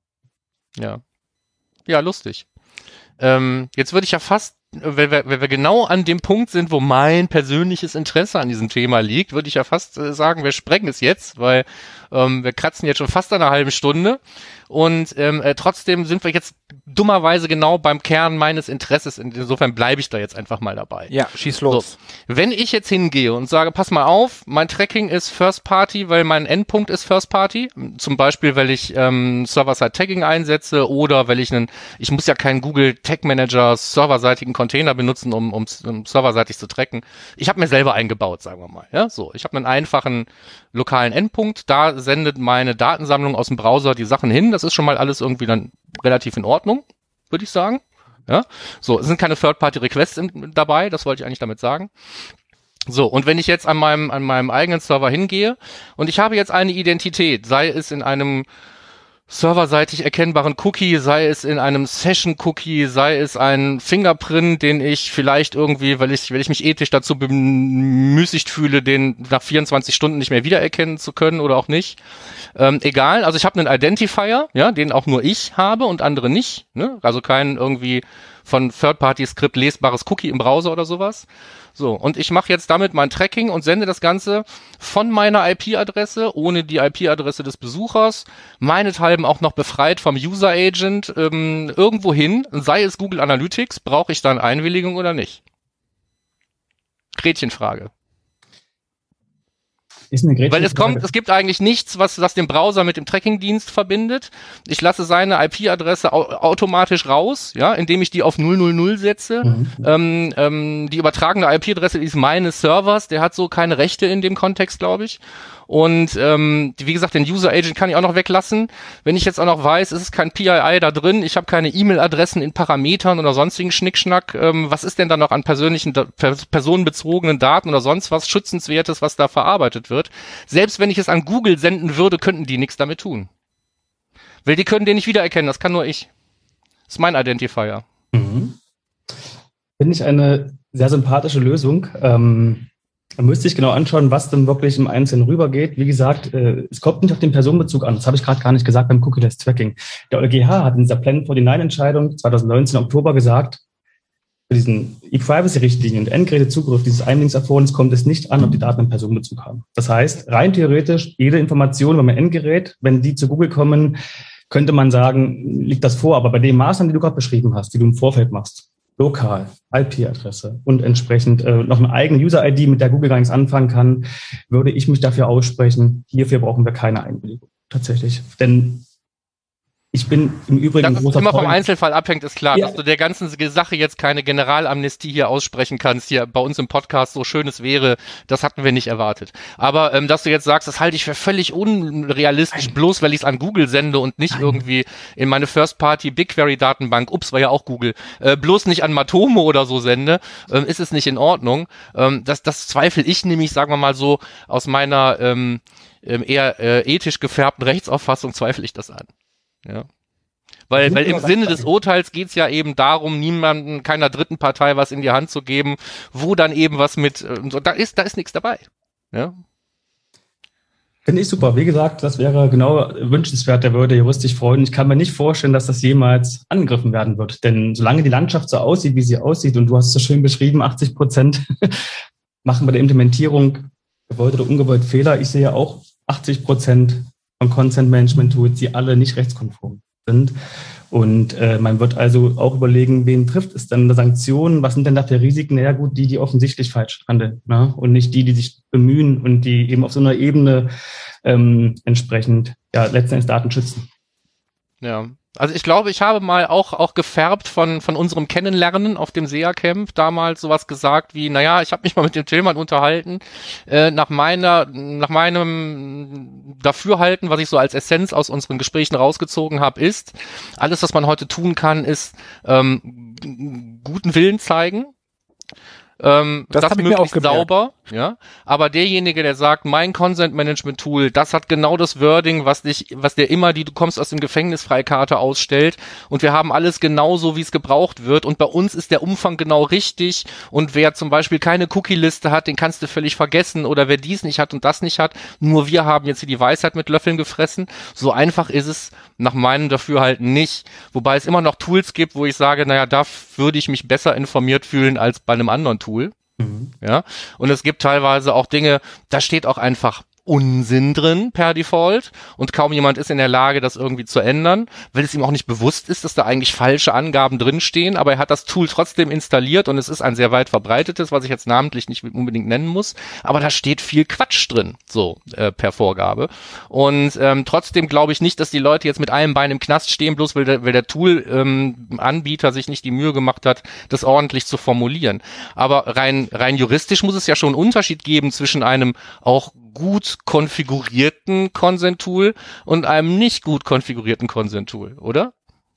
Ja. Ja, lustig. Ähm, jetzt würde ich ja fast, wenn wir, wenn wir genau an dem Punkt sind, wo mein persönliches Interesse an diesem Thema liegt, würde ich ja fast äh, sagen, wir sprengen es jetzt, weil ähm, wir kratzen jetzt schon fast eine halbe Stunde und ähm, äh, trotzdem sind wir jetzt dummerweise genau beim Kern meines Interesses. Insofern bleibe ich da jetzt einfach mal dabei. Ja, schieß los. So. Wenn ich jetzt hingehe und sage, pass mal auf, mein Tracking ist First Party, weil mein Endpunkt ist First Party, zum Beispiel, weil ich ähm, Server-Side-Tagging einsetze oder weil ich einen, ich muss ja keinen Google Tag Manager serverseitigen Container benutzen, um, um, um serverseitig zu tracken. Ich habe mir selber eingebaut, sagen wir mal. Ja, so. Ich habe einen einfachen lokalen Endpunkt, da sendet meine Datensammlung aus dem Browser die Sachen hin. Das ist schon mal alles irgendwie dann relativ in Ordnung, würde ich sagen. Ja, so, es sind keine Third-Party-Requests dabei, das wollte ich eigentlich damit sagen. So, und wenn ich jetzt an meinem, an meinem eigenen Server hingehe und ich habe jetzt eine Identität, sei es in einem serverseitig erkennbaren Cookie, sei es in einem Session-Cookie, sei es ein Fingerprint, den ich vielleicht irgendwie, weil ich, weil ich mich ethisch dazu bemüßigt fühle, den nach vierundzwanzig Stunden nicht mehr wiedererkennen zu können oder auch nicht. Ähm, egal, also ich habe einen Identifier, ja, den auch nur ich habe und andere nicht, ne? Also kein irgendwie von Third-Party-Skript lesbares Cookie im Browser oder sowas. So, und ich mache jetzt damit mein Tracking und sende das Ganze von meiner I P-Adresse, ohne die I P-Adresse des Besuchers, meinethalben auch noch befreit vom User-Agent, ähm, irgendwo hin, sei es Google Analytics, brauche ich dann Einwilligung oder nicht? Gretchenfrage. Ist eine Weil es kommt, es gibt eigentlich nichts, was das den Browser mit dem Tracking-Dienst verbindet. Ich lasse seine I P-Adresse au- automatisch raus, ja, indem ich die auf null null null setze. Mhm. Ähm, ähm, die übertragene I P-Adresse ist meines Servers, der hat so keine Rechte in dem Kontext, glaube ich. Und ähm, wie gesagt, den User-Agent kann ich auch noch weglassen. Wenn ich jetzt auch noch weiß, es ist kein P I I da drin, ich habe keine E-Mail-Adressen in Parametern oder sonstigen Schnickschnack, ähm, was ist denn da noch an persönlichen, personenbezogenen Daten oder sonst was Schützenswertes, was da verarbeitet wird? Selbst wenn ich es an Google senden würde, könnten die nichts damit tun. Weil die können den nicht wiedererkennen, das kann nur ich. Das ist mein Identifier. Mhm. Finde ich eine sehr sympathische Lösung. Ähm Da müsste ich genau anschauen, was denn wirklich im Einzelnen rübergeht. Wie gesagt, äh, es kommt nicht auf den Personenbezug an. Das habe ich gerade gar nicht gesagt beim Cookie-less-Tracking. Der O L G H hat in dieser Plan neunundvierzig-Entscheidung zwanzig neunzehn Oktober gesagt, für diesen E-Privacy-Richtlinien und Endgerätezugriff dieses Einwilligungserfordernisse kommt es nicht an, ob die Daten einen Personenbezug haben. Das heißt, rein theoretisch, jede Information über mein Endgerät, wenn die zu Google kommen, könnte man sagen, liegt das vor. Aber bei den Maßnahmen, die du gerade beschrieben hast, die du im Vorfeld machst, lokal, I P-Adresse und entsprechend äh, noch eine eigene User-I D, mit der Google gar nichts anfangen kann, würde ich mich dafür aussprechen, hierfür brauchen wir keine Einwilligung. Tatsächlich. Denn ich bin im Übrigen dass es immer vom Einzelfall abhängt, ist klar. Ja. Dass du der ganzen Sache jetzt keine Generalamnestie hier aussprechen kannst, hier bei uns im Podcast, so schön es wäre, das hatten wir nicht erwartet. Aber ähm, dass du jetzt sagst, das halte ich für völlig unrealistisch, Nein. bloß weil ich es an Google sende und nicht Nein. irgendwie in meine First-Party-BigQuery-Datenbank, ups, war ja auch Google, äh, bloß nicht an Matomo oder so sende, ähm, ist es nicht in Ordnung. Ähm, das, das zweifle ich nämlich, sagen wir mal so, aus meiner ähm, ähm, eher äh, ethisch gefärbten Rechtsauffassung zweifle ich das an. Ja. Weil, weil im Sinne des Urteils geht's ja eben darum, niemanden, keiner dritten Partei was in die Hand zu geben, wo dann eben was mit, so, da ist, da ist nichts dabei. Ja. Finde ich super. Wie gesagt, das wäre genau wünschenswert, der würde Jurist sich freuen. Ich kann mir nicht vorstellen, dass das jemals angegriffen werden wird. Denn solange die Landschaft so aussieht, wie sie aussieht, und du hast es so schön beschrieben, achtzig Prozent machen bei der Implementierung gewollt oder ungewollt Fehler. Ich sehe auch achtzig Prozent von Consent-Management-Tools, die alle nicht rechtskonform sind. Und äh, man wird also auch überlegen, wen trifft es denn, Sanktionen, was sind denn da für Risiken? Naja gut, die, die offensichtlich falsch handeln, ne? Und nicht die, die sich bemühen und die eben auf so einer Ebene ähm, entsprechend ja letztendlich Daten schützen. Ja. Also ich glaube, ich habe mal auch auch gefärbt von von unserem Kennenlernen auf dem S E A-Camp damals sowas gesagt wie, naja, ich habe mich mal mit dem Tillmann unterhalten, äh, nach meiner, nach meinem Dafürhalten, was ich so als Essenz aus unseren Gesprächen rausgezogen habe, ist, alles, was man heute tun kann, ist ähm, guten Willen zeigen, ähm, das, das möglichst sauber, ja. Aber derjenige, der sagt, mein Consent-Management-Tool, das hat genau das Wording, was dich, was dir immer die, du kommst aus dem Gefängnis Freikarte ausstellt, und wir haben alles genauso, wie es gebraucht wird, und bei uns ist der Umfang genau richtig, und wer zum Beispiel keine Cookie-Liste hat, den kannst du völlig vergessen, oder wer dies nicht hat und das nicht hat, nur wir haben jetzt hier die Weisheit mit Löffeln gefressen. So einfach ist es nach meinem Dafürhalten nicht. Wobei es immer noch Tools gibt, wo ich sage, naja, da würde ich mich besser informiert fühlen als bei einem anderen Tool. Mhm. Ja, und es gibt teilweise auch Dinge, da steht auch einfach Unsinn drin per Default, und kaum jemand ist in der Lage, das irgendwie zu ändern, weil es ihm auch nicht bewusst ist, dass da eigentlich falsche Angaben drinstehen, aber er hat das Tool trotzdem installiert, und es ist ein sehr weit verbreitetes, was ich jetzt namentlich nicht unbedingt nennen muss, aber da steht viel Quatsch drin, so äh, per Vorgabe. Und ähm, trotzdem glaube ich nicht, dass die Leute jetzt mit einem Bein im Knast stehen, bloß weil der, weil der Tool-Anbieter ähm, sich nicht die Mühe gemacht hat, das ordentlich zu formulieren. Aber rein rein juristisch muss es ja schon einen Unterschied geben zwischen einem auch gut konfigurierten Consent-Tool und einem nicht gut konfigurierten Consent-Tool, oder?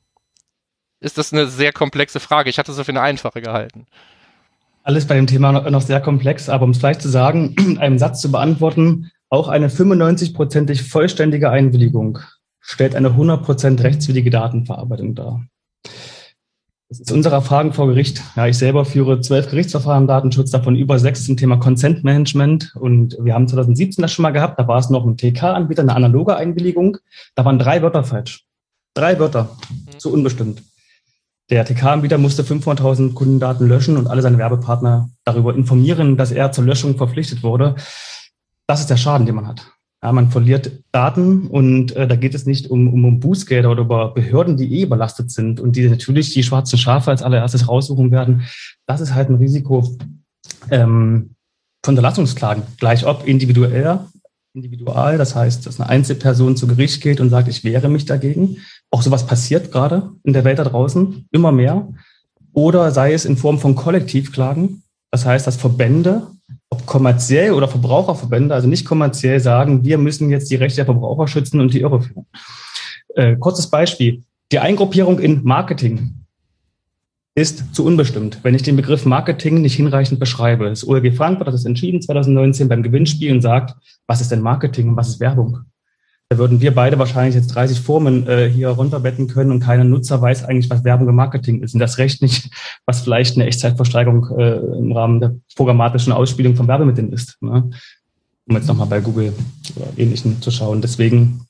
Ist das eine sehr komplexe Frage? Ich hatte es für eine einfache gehalten. Alles bei dem Thema noch sehr komplex, aber um es gleich zu sagen, einem Satz zu beantworten, auch eine fünfundneunzig-prozentig vollständige Einwilligung stellt eine hundert Prozent rechtswidrige Datenverarbeitung dar. Das ist unsere Erfahrung vor Gericht. Ja, ich selber führe zwölf Gerichtsverfahren im Datenschutz, davon über sechs zum Thema Consent Management. Und wir haben zwanzig siebzehn das schon mal gehabt. Da war es noch ein T K-Anbieter, eine analoge Einwilligung. Da waren drei Wörter falsch. Drei Wörter. Mhm. Zu unbestimmt. Der T K-Anbieter musste fünfhunderttausend Kundendaten löschen und alle seine Werbepartner darüber informieren, dass er zur Löschung verpflichtet wurde. Das ist der Schaden, den man hat. Ja, man verliert Daten, und äh, da geht es nicht um, um, um Bußgelder oder über Behörden, die eh überlastet sind und die natürlich die schwarzen Schafe als allererstes raussuchen werden. Das ist halt ein Risiko ähm, von Unterlassungsklagen, gleich ob individuell, individual, das heißt, dass eine Einzelperson zu Gericht geht und sagt, ich wehre mich dagegen. Auch sowas passiert gerade in der Welt da draußen, immer mehr. Oder sei es in Form von Kollektivklagen, das heißt, dass Verbände, ob kommerziell oder Verbraucherverbände, also nicht kommerziell, sagen, wir müssen jetzt die Rechte der Verbraucher schützen und die irreführen. Äh, kurzes Beispiel. Die Eingruppierung in Marketing ist zu unbestimmt, wenn ich den Begriff Marketing nicht hinreichend beschreibe. Das O L G Frankfurt hat es entschieden zwanzig neunzehn beim Gewinnspiel und sagt, was ist denn Marketing und was ist Werbung? Da würden wir beide wahrscheinlich jetzt dreißig Formen äh, hier runterbetten können, und keiner Nutzer weiß eigentlich, was Werbung und Marketing ist. Und das Recht nicht, was vielleicht eine Echtzeitversteigerung äh, im Rahmen der programmatischen Ausspielung von Werbemitteln ist. Ne? Um jetzt nochmal bei Google oder Ähnlichem zu schauen. Deswegen,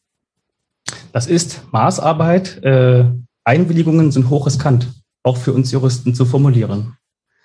das ist Maßarbeit. Äh, Einwilligungen sind hochriskant, auch für uns Juristen zu formulieren.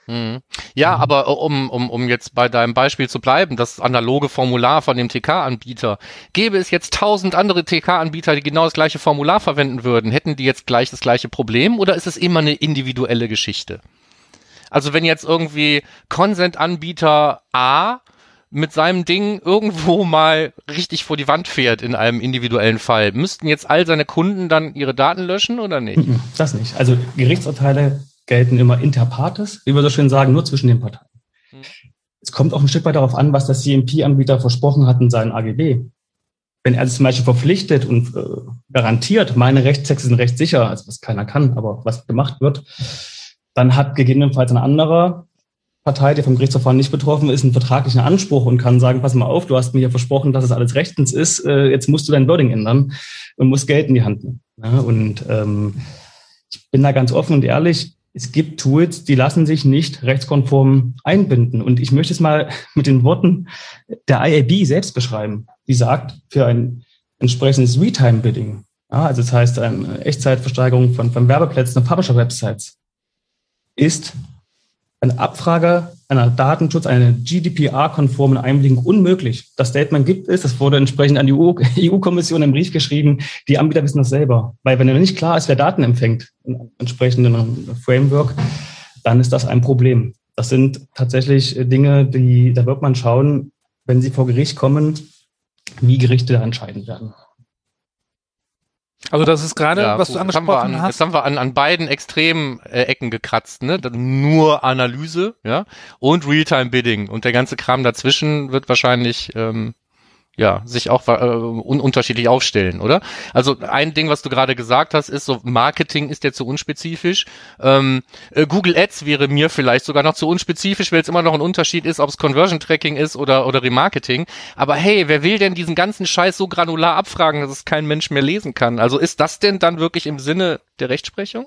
Ja, aber um, um, um jetzt bei deinem Beispiel zu bleiben, das analoge Formular von dem T K-Anbieter, gäbe es jetzt tausend andere T K-Anbieter, die genau das gleiche Formular verwenden würden, hätten die jetzt gleich das gleiche Problem, oder ist es immer eine individuelle Geschichte? Also wenn jetzt irgendwie Consent-Anbieter A mit seinem Ding irgendwo mal richtig vor die Wand fährt in einem individuellen Fall, müssten jetzt all seine Kunden dann ihre Daten löschen oder nicht? Das nicht. Also Gerichtsurteile gelten immer inter partes, wie wir so schön sagen, nur zwischen den Parteien. Hm. Es kommt auch ein Stück weit darauf an, was der C M P-Anbieter versprochen hat in seinen A G B. Wenn er zum Beispiel verpflichtet und äh, garantiert, meine Rechtstexte sind rechtssicher, also was keiner kann, aber was gemacht wird, dann hat gegebenenfalls ein anderer Partei, die vom Gerichtsverfahren nicht betroffen ist, einen vertraglichen Anspruch und kann sagen, pass mal auf, du hast mir hier versprochen, dass es alles rechtens ist, äh, jetzt musst du dein Wording ändern und musst Geld in die Hand nehmen. Ja, und ähm, ich bin da ganz offen und ehrlich, es gibt Tools, die lassen sich nicht rechtskonform einbinden. Und ich möchte es mal mit den Worten der I A B selbst beschreiben. Die sagt, für ein entsprechendes Retime-Bidding, ja, also das heißt eine Echtzeitversteigerung von, von Werbeplätzen auf Publisher-Websites, ist eine Abfrage einer Datenschutz, eine G D P R-konformen Einwilligung unmöglich. Das Statement gibt es, das wurde entsprechend an die E U-Kommission im Brief geschrieben, die Anbieter wissen das selber. Weil wenn nicht klar ist, wer Daten empfängt, in einem entsprechenden Framework, dann ist das ein Problem. Das sind tatsächlich Dinge, die, da wird man schauen, wenn sie vor Gericht kommen, wie Gerichte da entscheiden werden. Also das ist gerade, ja, was du jetzt angesprochen haben wir an, hast. Jetzt haben wir an, an beiden extremen äh, Ecken gekratzt, ne? Nur Analyse, ja, und Realtime-Bidding. Und der ganze Kram dazwischen wird wahrscheinlich ähm, ja sich auch äh, un- unterschiedlich aufstellen, oder? Also ein Ding, was du gerade gesagt hast, ist so, Marketing ist ja zu unspezifisch. Ähm, äh, Google Ads wäre mir vielleicht sogar noch zu unspezifisch, weil es immer noch ein Unterschied ist, ob es Conversion Tracking ist oder oder Remarketing. Aber hey, wer will denn diesen ganzen Scheiß so granular abfragen, dass es kein Mensch mehr lesen kann? Also ist das denn dann wirklich im Sinne der Rechtsprechung?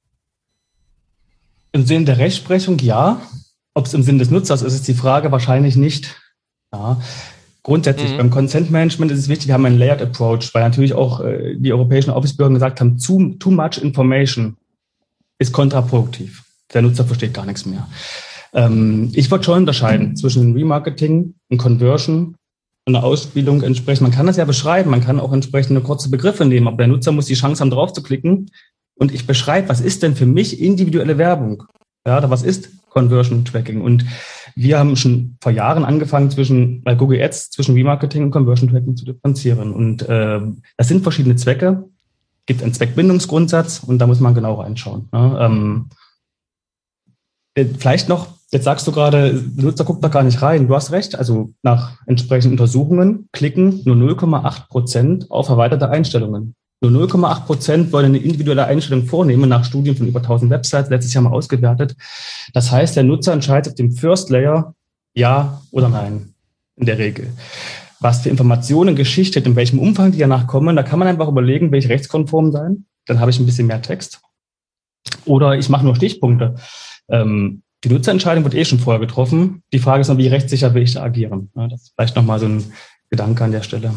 Im Sinne der Rechtsprechung ja. Ob es im Sinne des Nutzers ist, ist die Frage wahrscheinlich nicht. Ja. Grundsätzlich, mhm. beim Consent Management ist es wichtig, wir haben einen Layered Approach, weil natürlich auch äh, die europäischen Aufsichtsbehörden gesagt haben, too, too much information ist kontraproduktiv. Der Nutzer versteht gar nichts mehr. Ähm, ich würde schon unterscheiden zwischen Remarketing und Conversion und einer Ausspielung entsprechend. Man kann das ja beschreiben, man kann auch entsprechende kurze Begriffe nehmen, aber der Nutzer muss die Chance haben, drauf zu klicken. Und ich beschreibe, was ist denn für mich individuelle Werbung? Ja, oder was ist Conversion Tracking? Und wir haben schon vor Jahren angefangen, zwischen bei Google Ads zwischen Remarketing und Conversion Tracking zu differenzieren. Und äh, das sind verschiedene Zwecke. Es gibt einen Zweckbindungsgrundsatz und da muss man genau reinschauen. Ne? Ähm, vielleicht noch, jetzt sagst du gerade, der Nutzer guckt da gar nicht rein. Du hast recht, also nach entsprechenden Untersuchungen klicken nur null Komma acht Prozent auf erweiterte Einstellungen. Nur null Komma acht Prozent wollen eine individuelle Einstellung vornehmen, nach Studien von über tausend Websites, letztes Jahr mal ausgewertet. Das heißt, der Nutzer entscheidet auf dem First Layer ja oder nein, in der Regel. Was für Informationen, Geschichte, in welchem Umfang die danach kommen, da kann man einfach überlegen, will ich rechtskonform sein? Dann habe ich ein bisschen mehr Text. Oder ich mache nur Stichpunkte. Ähm, die Nutzerentscheidung wird eh schon vorher getroffen. Die Frage ist noch, wie rechtssicher will ich da agieren? Ja, das ist vielleicht nochmal so ein Gedanke an der Stelle.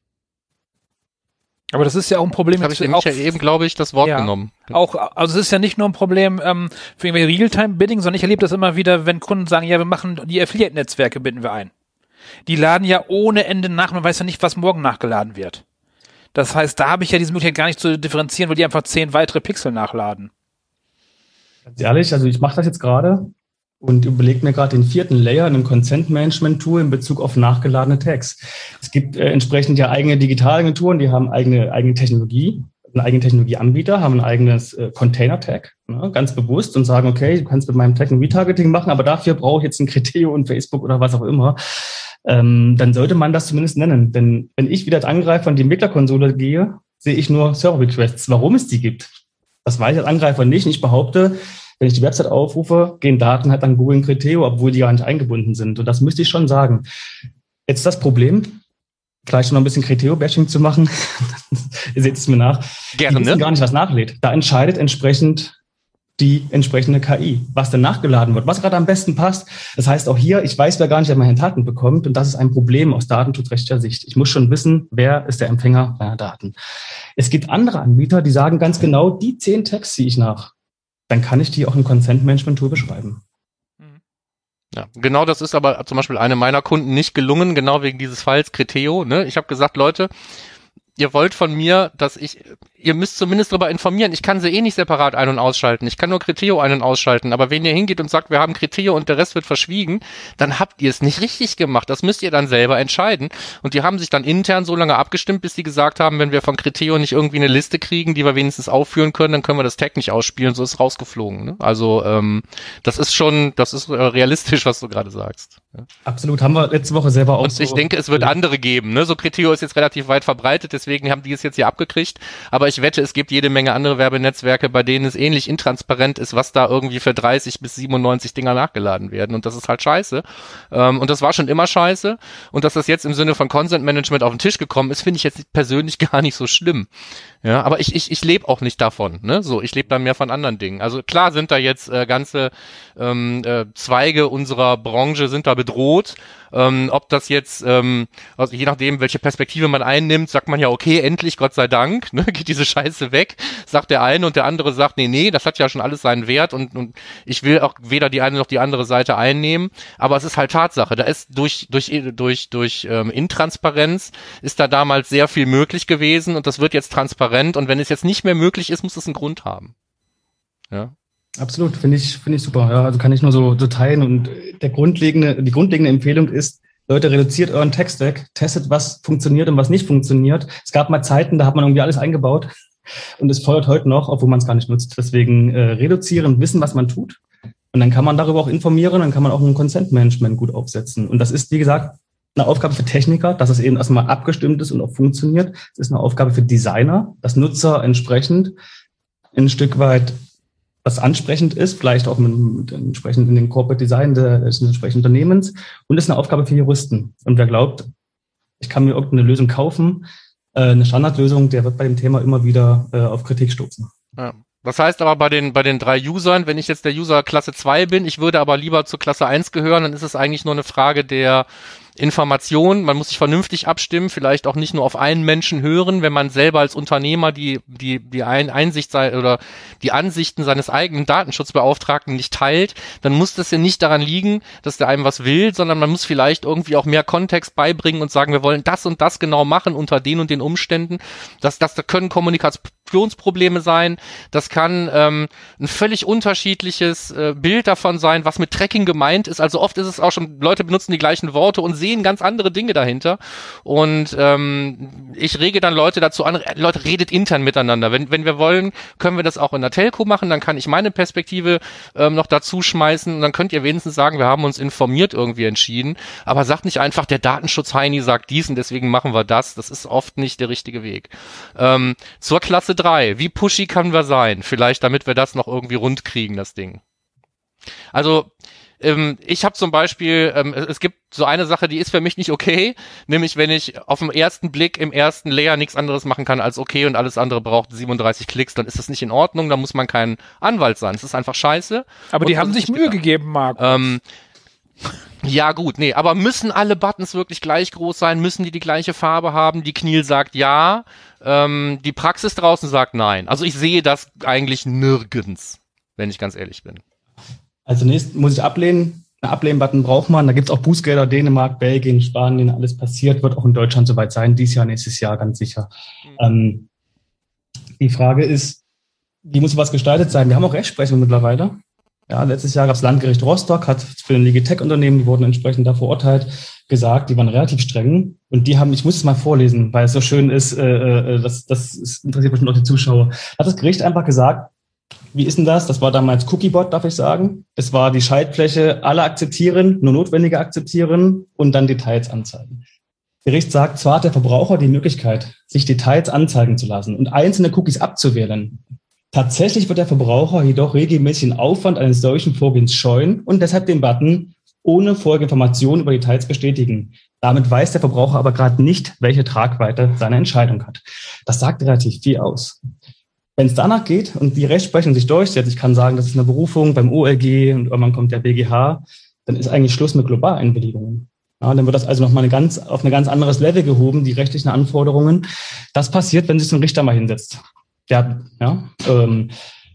Aber das ist ja auch ein Problem. Habe ich dem ja eben, glaube ich, das Wort ja, genommen. Auch, also es ist ja nicht nur ein Problem ähm, für irgendwelche Realtime-Bidding, sondern ich erlebe das immer wieder, wenn Kunden sagen, ja, wir machen die Affiliate-Netzwerke, binden wir ein. Die laden ja ohne Ende nach, man weiß ja nicht, was morgen nachgeladen wird. Das heißt, da habe ich ja diese Möglichkeit gar nicht zu differenzieren, weil die einfach zehn weitere Pixel nachladen. Ganz ehrlich, also ich mache das jetzt gerade und überlege mir gerade den vierten Layer in einem Consent-Management-Tool in Bezug auf nachgeladene Tags. Es gibt äh, entsprechend ja eigene Digitalagenturen, die haben eigene eigene Technologie, einen eigenen Technologieanbieter, haben ein eigenes äh, Container-Tag, ne, ganz bewusst und sagen, okay, du kannst mit meinem Tag ein Retargeting machen, aber dafür brauche ich jetzt ein Criteo und Facebook oder was auch immer. Ähm, dann sollte man das zumindest nennen. Denn wenn ich wieder als Angreifer in die Entwicklerkonsole gehe, sehe ich nur Server-Requests. Warum es die gibt, das weiß ich als Angreifer nicht. Und ich behaupte, wenn ich die Website aufrufe, gehen Daten halt an Google und Criteo, obwohl die gar nicht eingebunden sind. Und das müsste ich schon sagen. Jetzt das Problem, vielleicht noch ein bisschen Criteo-Bashing zu machen. Ihr seht es mir nach. Gerne. Die wissen gar nicht, was nachlädt. Da entscheidet entsprechend die entsprechende K I, was denn nachgeladen wird, was gerade am besten passt. Das heißt auch hier, ich weiß, wer gar nicht an meine Daten bekommt. Und das ist ein Problem aus datenschutzrechtlicher Sicht. Ich muss schon wissen, wer ist der Empfänger meiner Daten. Es gibt andere Anbieter, die sagen ganz genau, die zehn Tags ziehe ich nach. Dann kann ich die auch im Consent-Management-Tool beschreiben. Ja, genau, das ist aber zum Beispiel eine meiner Kunden nicht gelungen, genau wegen dieses Falls Criteo. Ne? Ich habe gesagt, Leute, ihr wollt von mir, dass ich, ihr müsst zumindest darüber informieren, ich kann sie eh nicht separat ein- und ausschalten, ich kann nur Criteo ein- und ausschalten, aber wenn ihr hingeht und sagt, wir haben Criteo und der Rest wird verschwiegen, dann habt ihr es nicht richtig gemacht, das müsst ihr dann selber entscheiden. Und die haben sich dann intern so lange abgestimmt, bis sie gesagt haben, wenn wir von Criteo nicht irgendwie eine Liste kriegen, die wir wenigstens aufführen können, dann können wir das Tag nicht ausspielen, so ist es rausgeflogen. Ne? Also ähm, das ist schon, das ist äh, realistisch, was du gerade sagst. Ja. Absolut, haben wir letzte Woche selber auch. Und ich so denke, es wird andere geben. Ne? So Criteo ist jetzt relativ weit verbreitet, deswegen haben die es jetzt hier abgekriegt. Aber aber ich wette, es gibt jede Menge andere Werbenetzwerke, bei denen es ähnlich intransparent ist, was da irgendwie für dreißig bis siebenundneunzig Dinger nachgeladen werden und das ist halt scheiße. Ähm, und das war schon immer scheiße und dass das jetzt im Sinne von Consent Management auf den Tisch gekommen ist, finde ich jetzt persönlich gar nicht so schlimm. Ja, aber ich ich ich lebe auch nicht davon, ne? So, ich lebe da mehr von anderen Dingen. Also klar sind da jetzt äh, ganze ähm, äh, Zweige unserer Branche sind da bedroht. Ähm, ob das jetzt, ähm, also je nachdem, welche Perspektive man einnimmt, sagt man ja, okay, endlich, Gott sei Dank, ne, geht diese Scheiße weg, sagt der eine und der andere sagt, nee, nee, das hat ja schon alles seinen Wert und, und ich will auch weder die eine noch die andere Seite einnehmen, aber es ist halt Tatsache, da ist durch, durch, durch, durch ähm, Intransparenz ist da damals sehr viel möglich gewesen und das wird jetzt transparent und wenn es jetzt nicht mehr möglich ist, muss es einen Grund haben. Ja. Absolut, finde ich, finde ich super. Ja, also kann ich nur so, so teilen. Und der grundlegende, die grundlegende Empfehlung ist, Leute, reduziert euren Tech-Stack, testet, was funktioniert und was nicht funktioniert. Es gab mal Zeiten, da hat man irgendwie alles eingebaut und es feuert heute noch, obwohl man es gar nicht nutzt. Deswegen äh, reduzieren, wissen, was man tut. Und dann kann man darüber auch informieren, dann kann man auch ein Consent-Management gut aufsetzen. Und das ist, wie gesagt, eine Aufgabe für Techniker, dass es eben erstmal abgestimmt ist und auch funktioniert. Es ist eine Aufgabe für Designer, dass Nutzer entsprechend ein Stück weit was ansprechend ist, vielleicht auch mit, mit entsprechend in den Corporate Design des entsprechenden Unternehmens und ist eine Aufgabe für Juristen. Und wer glaubt, ich kann mir irgendeine Lösung kaufen, äh, eine Standardlösung, der wird bei dem Thema immer wieder äh, auf Kritik stoßen. Ja. Das heißt aber bei den bei den drei Usern, wenn ich jetzt der User Klasse zwei bin, ich würde aber lieber zur Klasse eins gehören, dann ist es eigentlich nur eine Frage der Information, man muss sich vernünftig abstimmen, vielleicht auch nicht nur auf einen Menschen hören, wenn man selber als Unternehmer die die die Ein- Einsicht sei oder die Ansichten seines eigenen Datenschutzbeauftragten nicht teilt, dann muss das ja nicht daran liegen, dass der einem was will, sondern man muss vielleicht irgendwie auch mehr Kontext beibringen und sagen, wir wollen das und das genau machen unter den und den Umständen. Das das, das können Kommunikationsprobleme sein, das kann ähm, ein völlig unterschiedliches äh, Bild davon sein, was mit Tracking gemeint ist. Also oft ist es auch schon, Leute benutzen die gleichen Worte und sehen ganz andere Dinge dahinter. Und ähm, ich rege dann Leute dazu an, Leute, redet intern miteinander. Wenn wenn wir wollen, können wir das auch in der Telco machen, dann kann ich meine Perspektive ähm, noch dazu schmeißen und dann könnt ihr wenigstens sagen, wir haben uns informiert irgendwie entschieden. Aber sagt nicht einfach, der Datenschutz-Heini sagt dies und deswegen machen wir das. Das ist oft nicht der richtige Weg. Ähm, zur Klasse drei. Wie pushy kann wir sein? Vielleicht, damit wir das noch irgendwie rund kriegen, das Ding. Also, ähm, ich habe zum Beispiel, ähm, es gibt so eine Sache, die ist für mich nicht okay, nämlich wenn ich auf den ersten Blick im ersten Layer nichts anderes machen kann als okay und alles andere braucht siebenunddreißig Klicks, dann ist das nicht in Ordnung, da muss man kein Anwalt sein. Das ist einfach scheiße. Aber die haben sich Mühe gegeben, Marc. Ähm, ja gut, nee, aber müssen alle Buttons wirklich gleich groß sein? Müssen die die gleiche Farbe haben? Die Kniel sagt ja, ähm, die Praxis draußen sagt nein. Also ich sehe das eigentlich nirgends, wenn ich ganz ehrlich bin. Also zunächst muss ich ablehnen. Einen Ablehnen-Button braucht man. Da gibt es auch Bußgelder, Dänemark, Belgien, Spanien, alles passiert. Wird auch in Deutschland soweit sein. Dieses Jahr, nächstes Jahr, ganz sicher. Mhm. Ähm, die Frage ist, wie muss was gestaltet sein? Wir haben auch Rechtsprechung mittlerweile. Ja, letztes Jahr gab es Landgericht Rostock, hat für ein Legitech-Unternehmen, die wurden entsprechend da verurteilt, gesagt, die waren relativ streng. Und die haben, ich muss es mal vorlesen, weil es so schön ist, äh, äh, das, das ist, interessiert bestimmt auch die Zuschauer. Hat das Gericht einfach gesagt, wie ist denn das? Das war damals Cookiebot, darf ich sagen. Es war die Schaltfläche, alle akzeptieren, nur notwendige akzeptieren und dann Details anzeigen. Das Gericht sagt, zwar hat der Verbraucher die Möglichkeit, sich Details anzeigen zu lassen und einzelne Cookies abzuwählen. Tatsächlich wird der Verbraucher jedoch regelmäßig den Aufwand eines solchen Vorgehens scheuen und deshalb den Button ohne Folgeinformationen über Details bestätigen. Damit weiß der Verbraucher aber gerade nicht, welche Tragweite seine Entscheidung hat. Das sagt relativ viel aus. Wenn es danach geht und die Rechtsprechung sich durchsetzt, ich kann sagen, das ist eine Berufung beim O L G und irgendwann kommt der B G H, dann ist eigentlich Schluss mit Globaleinwilligungen. Ja, dann wird das also nochmal eine ganz, auf ein ganz anderes Level gehoben, die rechtlichen Anforderungen. Das passiert, wenn sich so ein Richter mal hinsetzt. Der, ja, ähm,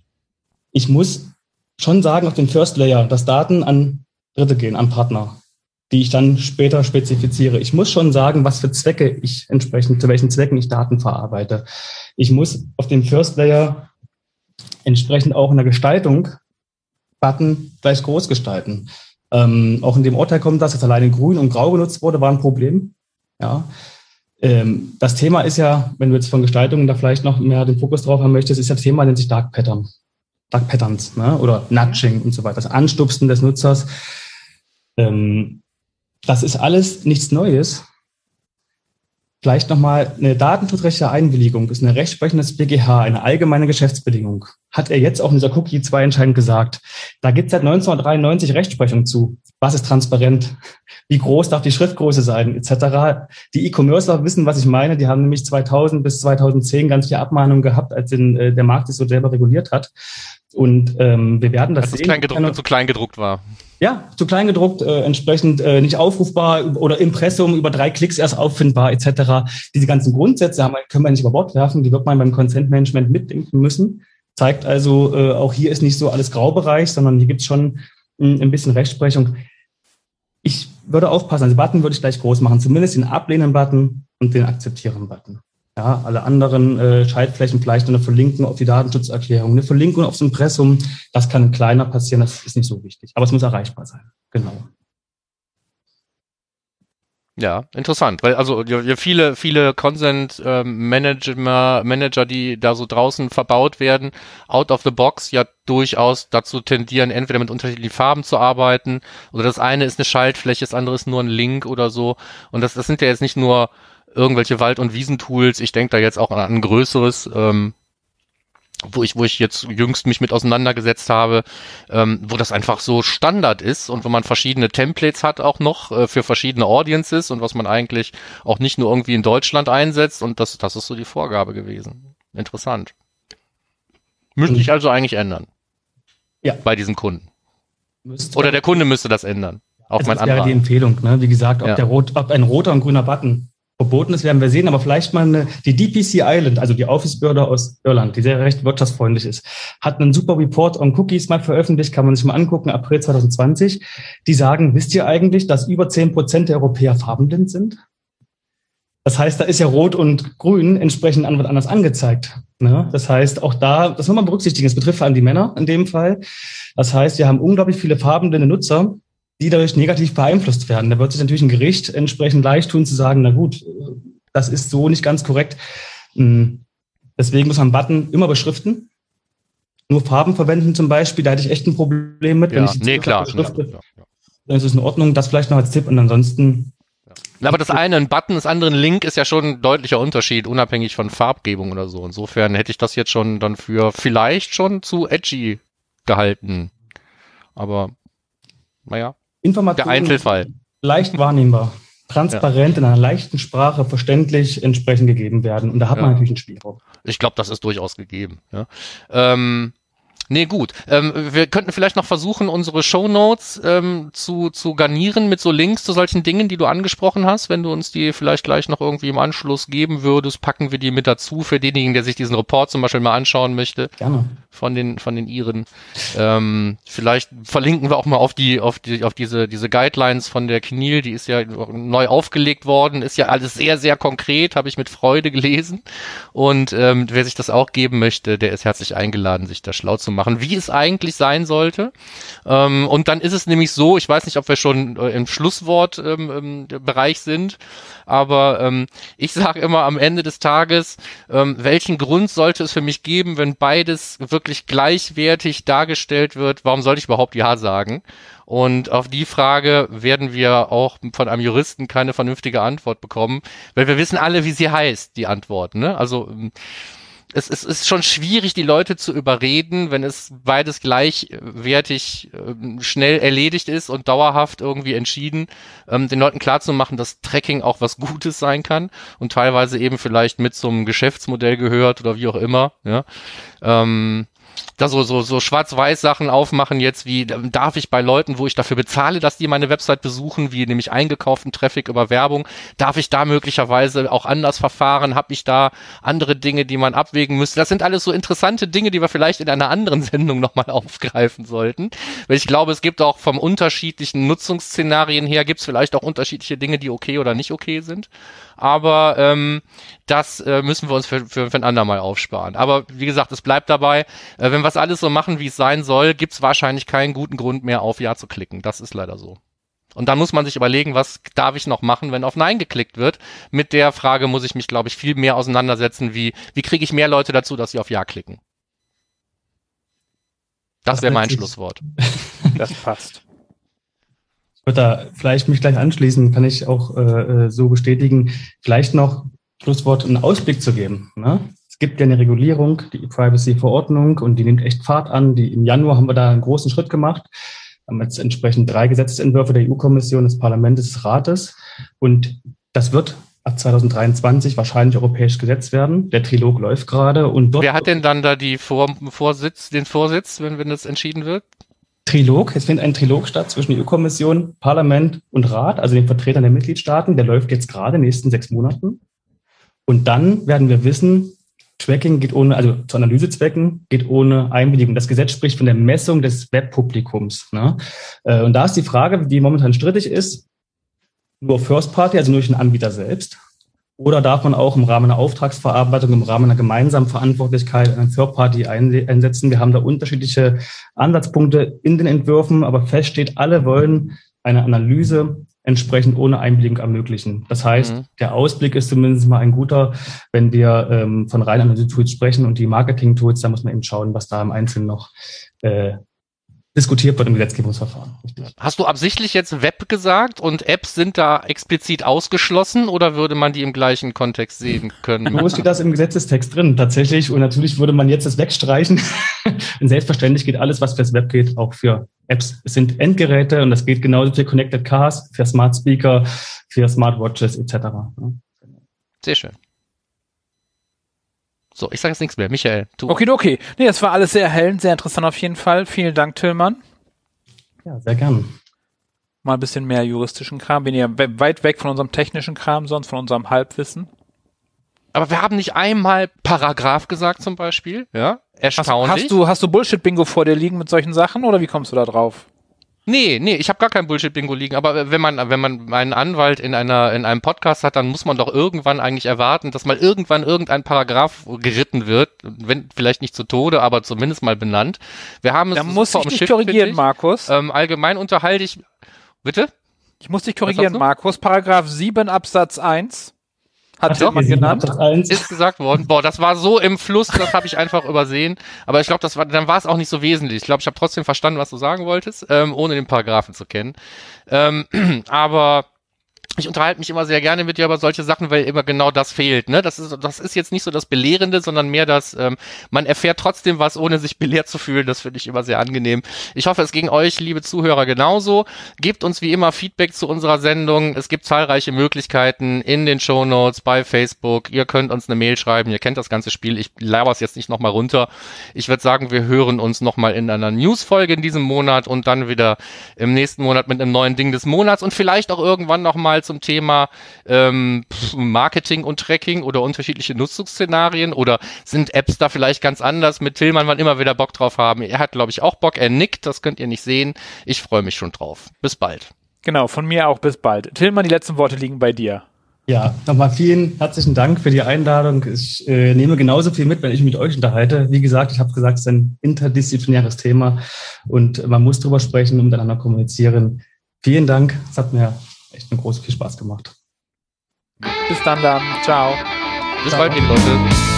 ich muss schon sagen, auf den First Layer, dass Daten an Dritte gehen, an Partner, die ich dann später spezifiziere. Ich muss schon sagen, was für Zwecke ich entsprechend, zu welchen Zwecken ich Daten verarbeite. Ich muss auf dem First Layer entsprechend auch in der Gestaltung Button gleich groß gestalten. Ähm, auch in dem Urteil kommt das, dass alleine grün und grau genutzt wurde, war ein Problem. Ja. Ähm, das Thema ist ja, wenn du jetzt von Gestaltung da vielleicht noch mehr den Fokus drauf haben möchtest, ist ja das Thema, nennt sich Dark Pattern. Dark Patterns, ne? Oder Nudging und so weiter. Das Anstupsen des Nutzers. Ähm, das ist alles nichts Neues. Vielleicht nochmal eine datenschutzrechtliche Einwilligung ist eine rechtsprechende B G H, eine allgemeine Geschäftsbedingung. Hat er jetzt auch in dieser Cookie zwei entscheidend gesagt. Da gibt es seit neunzehnhundertdreiundneunzig Rechtsprechung zu. Was ist transparent? Wie groß darf die Schriftgröße sein? Etc. Die E-Commercer wissen, was ich meine. Die haben nämlich zweitausend bis zweitausendzehn ganz viele Abmahnungen gehabt, als in, äh, der Markt sich so selber reguliert hat. Und ähm, wir werden das als sehen. Klein gedruckt, zu klein gedruckt war. Ja, zu klein gedruckt, äh, entsprechend äh, nicht aufrufbar oder Impressum über drei Klicks erst auffindbar et cetera. Diese ganzen Grundsätze haben wir, können wir nicht über Bord werfen, die wird man beim Consent Management mitdenken müssen. Zeigt also, äh, auch hier ist nicht so alles Graubereich, sondern hier gibt's schon mh, ein bisschen Rechtsprechung. Ich würde aufpassen, also Button würde ich gleich groß machen, zumindest den Ablehnen-Button und den Akzeptieren-Button. Ja, alle anderen äh, Schaltflächen vielleicht eine Verlinkung auf die Datenschutzerklärung, eine Verlinkung aufs Impressum, das kann kleiner passieren, das ist nicht so wichtig. Aber es muss erreichbar sein. Genau. Ja, interessant, weil also ja, viele, viele Consent-Manager, Manager, die da so draußen verbaut werden, out of the box ja durchaus dazu tendieren, entweder mit unterschiedlichen Farben zu arbeiten oder das eine ist eine Schaltfläche, das andere ist nur ein Link oder so. Und das, das sind ja jetzt nicht nur irgendwelche Wald- und Wiesentools. Ich denke da jetzt auch an ein größeres, ähm, wo ich, wo ich jetzt jüngst mich mit auseinandergesetzt habe, ähm, wo das einfach so Standard ist und wo man verschiedene Templates hat auch noch äh, für verschiedene Audiences und was man eigentlich auch nicht nur irgendwie in Deutschland einsetzt und das, das ist so die Vorgabe gewesen. Interessant. Müsste ich also eigentlich ändern. Ja. Bei diesen Kunden. Oder der Kunde müsste das ändern. Auch also mein das wäre Antrag. die Empfehlung, ne? Wie gesagt, ob Ja. der rot, ob ein roter und grüner Button verboten ist, werden wir sehen, aber vielleicht mal eine, die D P C Ireland, also die Aufsichtsbehörde aus Irland, die sehr recht wirtschaftsfreundlich ist, hat einen super Report on Cookies mal veröffentlicht, kann man sich mal angucken, April zwanzig zwanzig. Die sagen, wisst ihr eigentlich, dass über zehn Prozent der Europäer farbenblind sind? Das heißt, da ist ja Rot und Grün entsprechend anders angezeigt. Ne? Das heißt, auch da, das muss man berücksichtigen, es betrifft vor allem die Männer in dem Fall. Das heißt, wir haben unglaublich viele farbenblinde Nutzer, die dadurch negativ beeinflusst werden. Da wird sich natürlich ein Gericht entsprechend leicht tun zu sagen, na gut, das ist so nicht ganz korrekt. Deswegen muss man einen Button immer beschriften. Nur Farben verwenden zum Beispiel, da hätte ich echt ein Problem mit. Ja, wenn ich die nee, klar. beschrifte, Ja, ja, ja. dann ist es in Ordnung. Das vielleicht noch als Tipp und ansonsten... Ja, aber das eine ein Button, das andere ein Link ist ja schon ein deutlicher Unterschied, unabhängig von Farbgebung oder so. Insofern hätte ich das jetzt schon dann für vielleicht schon zu edgy gehalten. Aber, naja. Informationen Der Einzelfall. leicht wahrnehmbar, transparent, ja. In einer leichten Sprache verständlich entsprechend gegeben werden. Und da hat Ja. man natürlich einen Spielraum. Ich glaube, das ist durchaus gegeben. Ja. Ähm, nee, gut. Ähm, wir könnten vielleicht noch versuchen, unsere Shownotes ähm, zu, zu garnieren mit so Links zu solchen Dingen, die du angesprochen hast. Wenn du uns die vielleicht gleich noch irgendwie im Anschluss geben würdest, packen wir die mit dazu für denjenigen, der sich diesen Report zum Beispiel mal anschauen möchte. Gerne. Von den, von den Iren. Ähm, vielleicht verlinken wir auch mal auf die, auf die, auf diese, diese Guidelines von der C N I L, die ist ja neu aufgelegt worden, ist ja alles sehr, sehr konkret, habe ich mit Freude gelesen. Und ähm, wer sich das auch geben möchte, der ist herzlich eingeladen, sich da schlau zu machen, wie es eigentlich sein sollte. Ähm, und dann ist es nämlich so, ich weiß nicht, ob wir schon äh, im Schlusswort ähm, im Bereich sind, aber ähm, ich sage immer am Ende des Tages, ähm, welchen Grund sollte es für mich geben, wenn beides wirklich gleichwertig dargestellt wird, warum sollte ich überhaupt Ja sagen? Und auf die Frage werden wir auch von einem Juristen keine vernünftige Antwort bekommen, weil wir wissen alle, wie sie heißt, die Antwort. Ne? Also es, es ist schon schwierig, die Leute zu überreden, wenn es beides gleichwertig äh, schnell erledigt ist und dauerhaft irgendwie entschieden, ähm, den Leuten klarzumachen, dass Tracking auch was Gutes sein kann und teilweise eben vielleicht mit zum Geschäftsmodell gehört oder wie auch immer. Ja. Ähm, da so, so, so Schwarz-Weiß-Sachen aufmachen jetzt, wie darf ich bei Leuten, wo ich dafür bezahle, dass die meine Website besuchen, wie nämlich eingekauften Traffic über Werbung, darf ich da möglicherweise auch anders verfahren? Habe ich da andere Dinge, die man abwägen müsste? Das sind alles so interessante Dinge, die wir vielleicht in einer anderen Sendung nochmal aufgreifen sollten. Weil ich glaube, es gibt auch vom unterschiedlichen Nutzungsszenarien her, gibt es vielleicht auch unterschiedliche Dinge, die okay oder nicht okay sind. Aber ähm, das äh, müssen wir uns für, für, für ein andermal aufsparen. Aber wie gesagt, es bleibt dabei, äh, wenn wir es alles so machen, wie es sein soll, gibt es wahrscheinlich keinen guten Grund mehr, auf Ja zu klicken. Das ist leider so. Und dann muss man sich überlegen, was darf ich noch machen, wenn auf Nein geklickt wird. Mit der Frage muss ich mich, glaube ich, viel mehr auseinandersetzen, wie, wie kriege ich mehr Leute dazu, dass sie auf Ja klicken. Das wäre mein Schlusswort. Das passt. Ich würde da vielleicht mich gleich anschließen, kann ich auch äh, so bestätigen. Vielleicht noch Schlusswort einen Ausblick zu geben. Ne? Es gibt ja eine Regulierung, die E-Privacy-Verordnung, und die nimmt echt Fahrt an. Die, im Januar haben wir da einen großen Schritt gemacht. Wir haben jetzt entsprechend drei Gesetzesentwürfe der E U-Kommission, des Parlaments, des Rates. Und das wird ab zwanzig dreiundzwanzig wahrscheinlich europäisches Gesetz werden. Der Trilog läuft gerade. Und dort Wer hat denn dann da die Vor Vorsitz, den Vorsitz, wenn, wenn das entschieden wird? Trilog, es findet ein Trilog statt zwischen E U-Kommission, Parlament und Rat, also den Vertretern der Mitgliedstaaten. Der läuft jetzt gerade in den nächsten sechs Monaten. Und dann werden wir wissen, Tracking geht ohne, also zu Analysezwecken, geht ohne Einwilligung. Das Gesetz spricht von der Messung des Webpublikums. Ne? Und da ist die Frage, die momentan strittig ist, nur First Party, also nur durch den Anbieter selbst, oder darf man auch im Rahmen einer Auftragsverarbeitung, im Rahmen einer gemeinsamen Verantwortlichkeit eine Third Party einsetzen? Wir haben da unterschiedliche Ansatzpunkte in den Entwürfen, aber fest steht, alle wollen eine Analyse entsprechend ohne Einwilligung ermöglichen. Das heißt, mhm. der Ausblick ist zumindest mal ein guter, wenn wir ähm, von reinen Analyse-Tools sprechen und die Marketing-Tools, da muss man eben schauen, was da im Einzelnen noch äh, diskutiert wird im Gesetzgebungsverfahren. Richtig. Hast du absichtlich jetzt Web gesagt und Apps sind da explizit ausgeschlossen oder würde man die im gleichen Kontext sehen können? Wo steht das im Gesetzestext drin? Tatsächlich. Und natürlich würde man jetzt das wegstreichen. Und selbstverständlich geht alles, was fürs Web geht, auch für Apps. Es sind Endgeräte und das geht genauso für Connected Cars, für Smart Speaker, für Smartwatches et cetera. Sehr schön. So, ich sage jetzt nichts mehr. Michael, du. Okay, okay. Nee, das war alles sehr erhellend, sehr interessant auf jeden Fall. Vielen Dank, Tillmann. Ja, sehr gern. Mal ein bisschen mehr juristischen Kram, weniger weit weg von unserem technischen Kram, sonst von unserem Halbwissen. Aber wir haben nicht einmal Paragraph gesagt zum Beispiel. Ja, erstaunlich. Hast, hast du, hast du Bullshit-Bingo vor dir liegen mit solchen Sachen oder wie kommst du da drauf? Nee, nee, ich habe gar kein Bullshit-Bingo liegen, aber wenn man wenn man einen Anwalt in einer in einem Podcast hat, dann muss man doch irgendwann eigentlich erwarten, dass mal irgendwann irgendein Paragraph geritten wird, wenn vielleicht nicht zu Tode, aber zumindest mal benannt. Wir haben es da muss ich dich korrigieren, Markus. Ähm, allgemein unterhalte ich, bitte? Ich muss dich korrigieren, Markus. Paragraph sieben Absatz eins hat jemand genannt. Ist gesagt worden. Boah, das war so im Fluss, das habe ich einfach übersehen. Aber ich glaube, das war, dann war es auch nicht so wesentlich. Ich glaube, ich habe trotzdem verstanden, was du sagen wolltest, ähm, ohne den Paragraphen zu kennen. Ähm, aber ich unterhalte mich immer sehr gerne mit dir über solche Sachen, weil immer genau das fehlt. Ne? Das ist, das ist jetzt nicht so das Belehrende, sondern mehr das, ähm, man erfährt trotzdem was, ohne sich belehrt zu fühlen. Das finde ich immer sehr angenehm. Ich hoffe, es ging euch, liebe Zuhörer, genauso. Gebt uns wie immer Feedback zu unserer Sendung. Es gibt zahlreiche Möglichkeiten in den Shownotes, bei Facebook. Ihr könnt uns eine Mail schreiben. Ihr kennt das ganze Spiel. Ich laber es jetzt nicht nochmal runter. Ich würde sagen, wir hören uns nochmal in einer News-Folge in diesem Monat und dann wieder im nächsten Monat mit einem neuen Ding des Monats und vielleicht auch irgendwann nochmal zum Thema ähm, Marketing und Tracking oder unterschiedliche Nutzungsszenarien oder sind Apps da vielleicht ganz anders mit Tillmann, wann immer wir da Bock drauf haben. Er hat, glaube ich, auch Bock, er nickt, das könnt ihr nicht sehen. Ich freue mich schon drauf. Bis bald. Genau, von mir auch bis bald. Tillmann, die letzten Worte liegen bei dir. Ja, nochmal vielen herzlichen Dank für die Einladung. Ich äh, nehme genauso viel mit, wenn ich mich mit euch unterhalte. Wie gesagt, ich habe gesagt, es ist ein interdisziplinäres Thema und man muss drüber sprechen und miteinander kommunizieren. Vielen Dank, es hat mir echt eine große viel Spaß gemacht. Bis dann dann. Ciao. Bis bald, liebe Leute.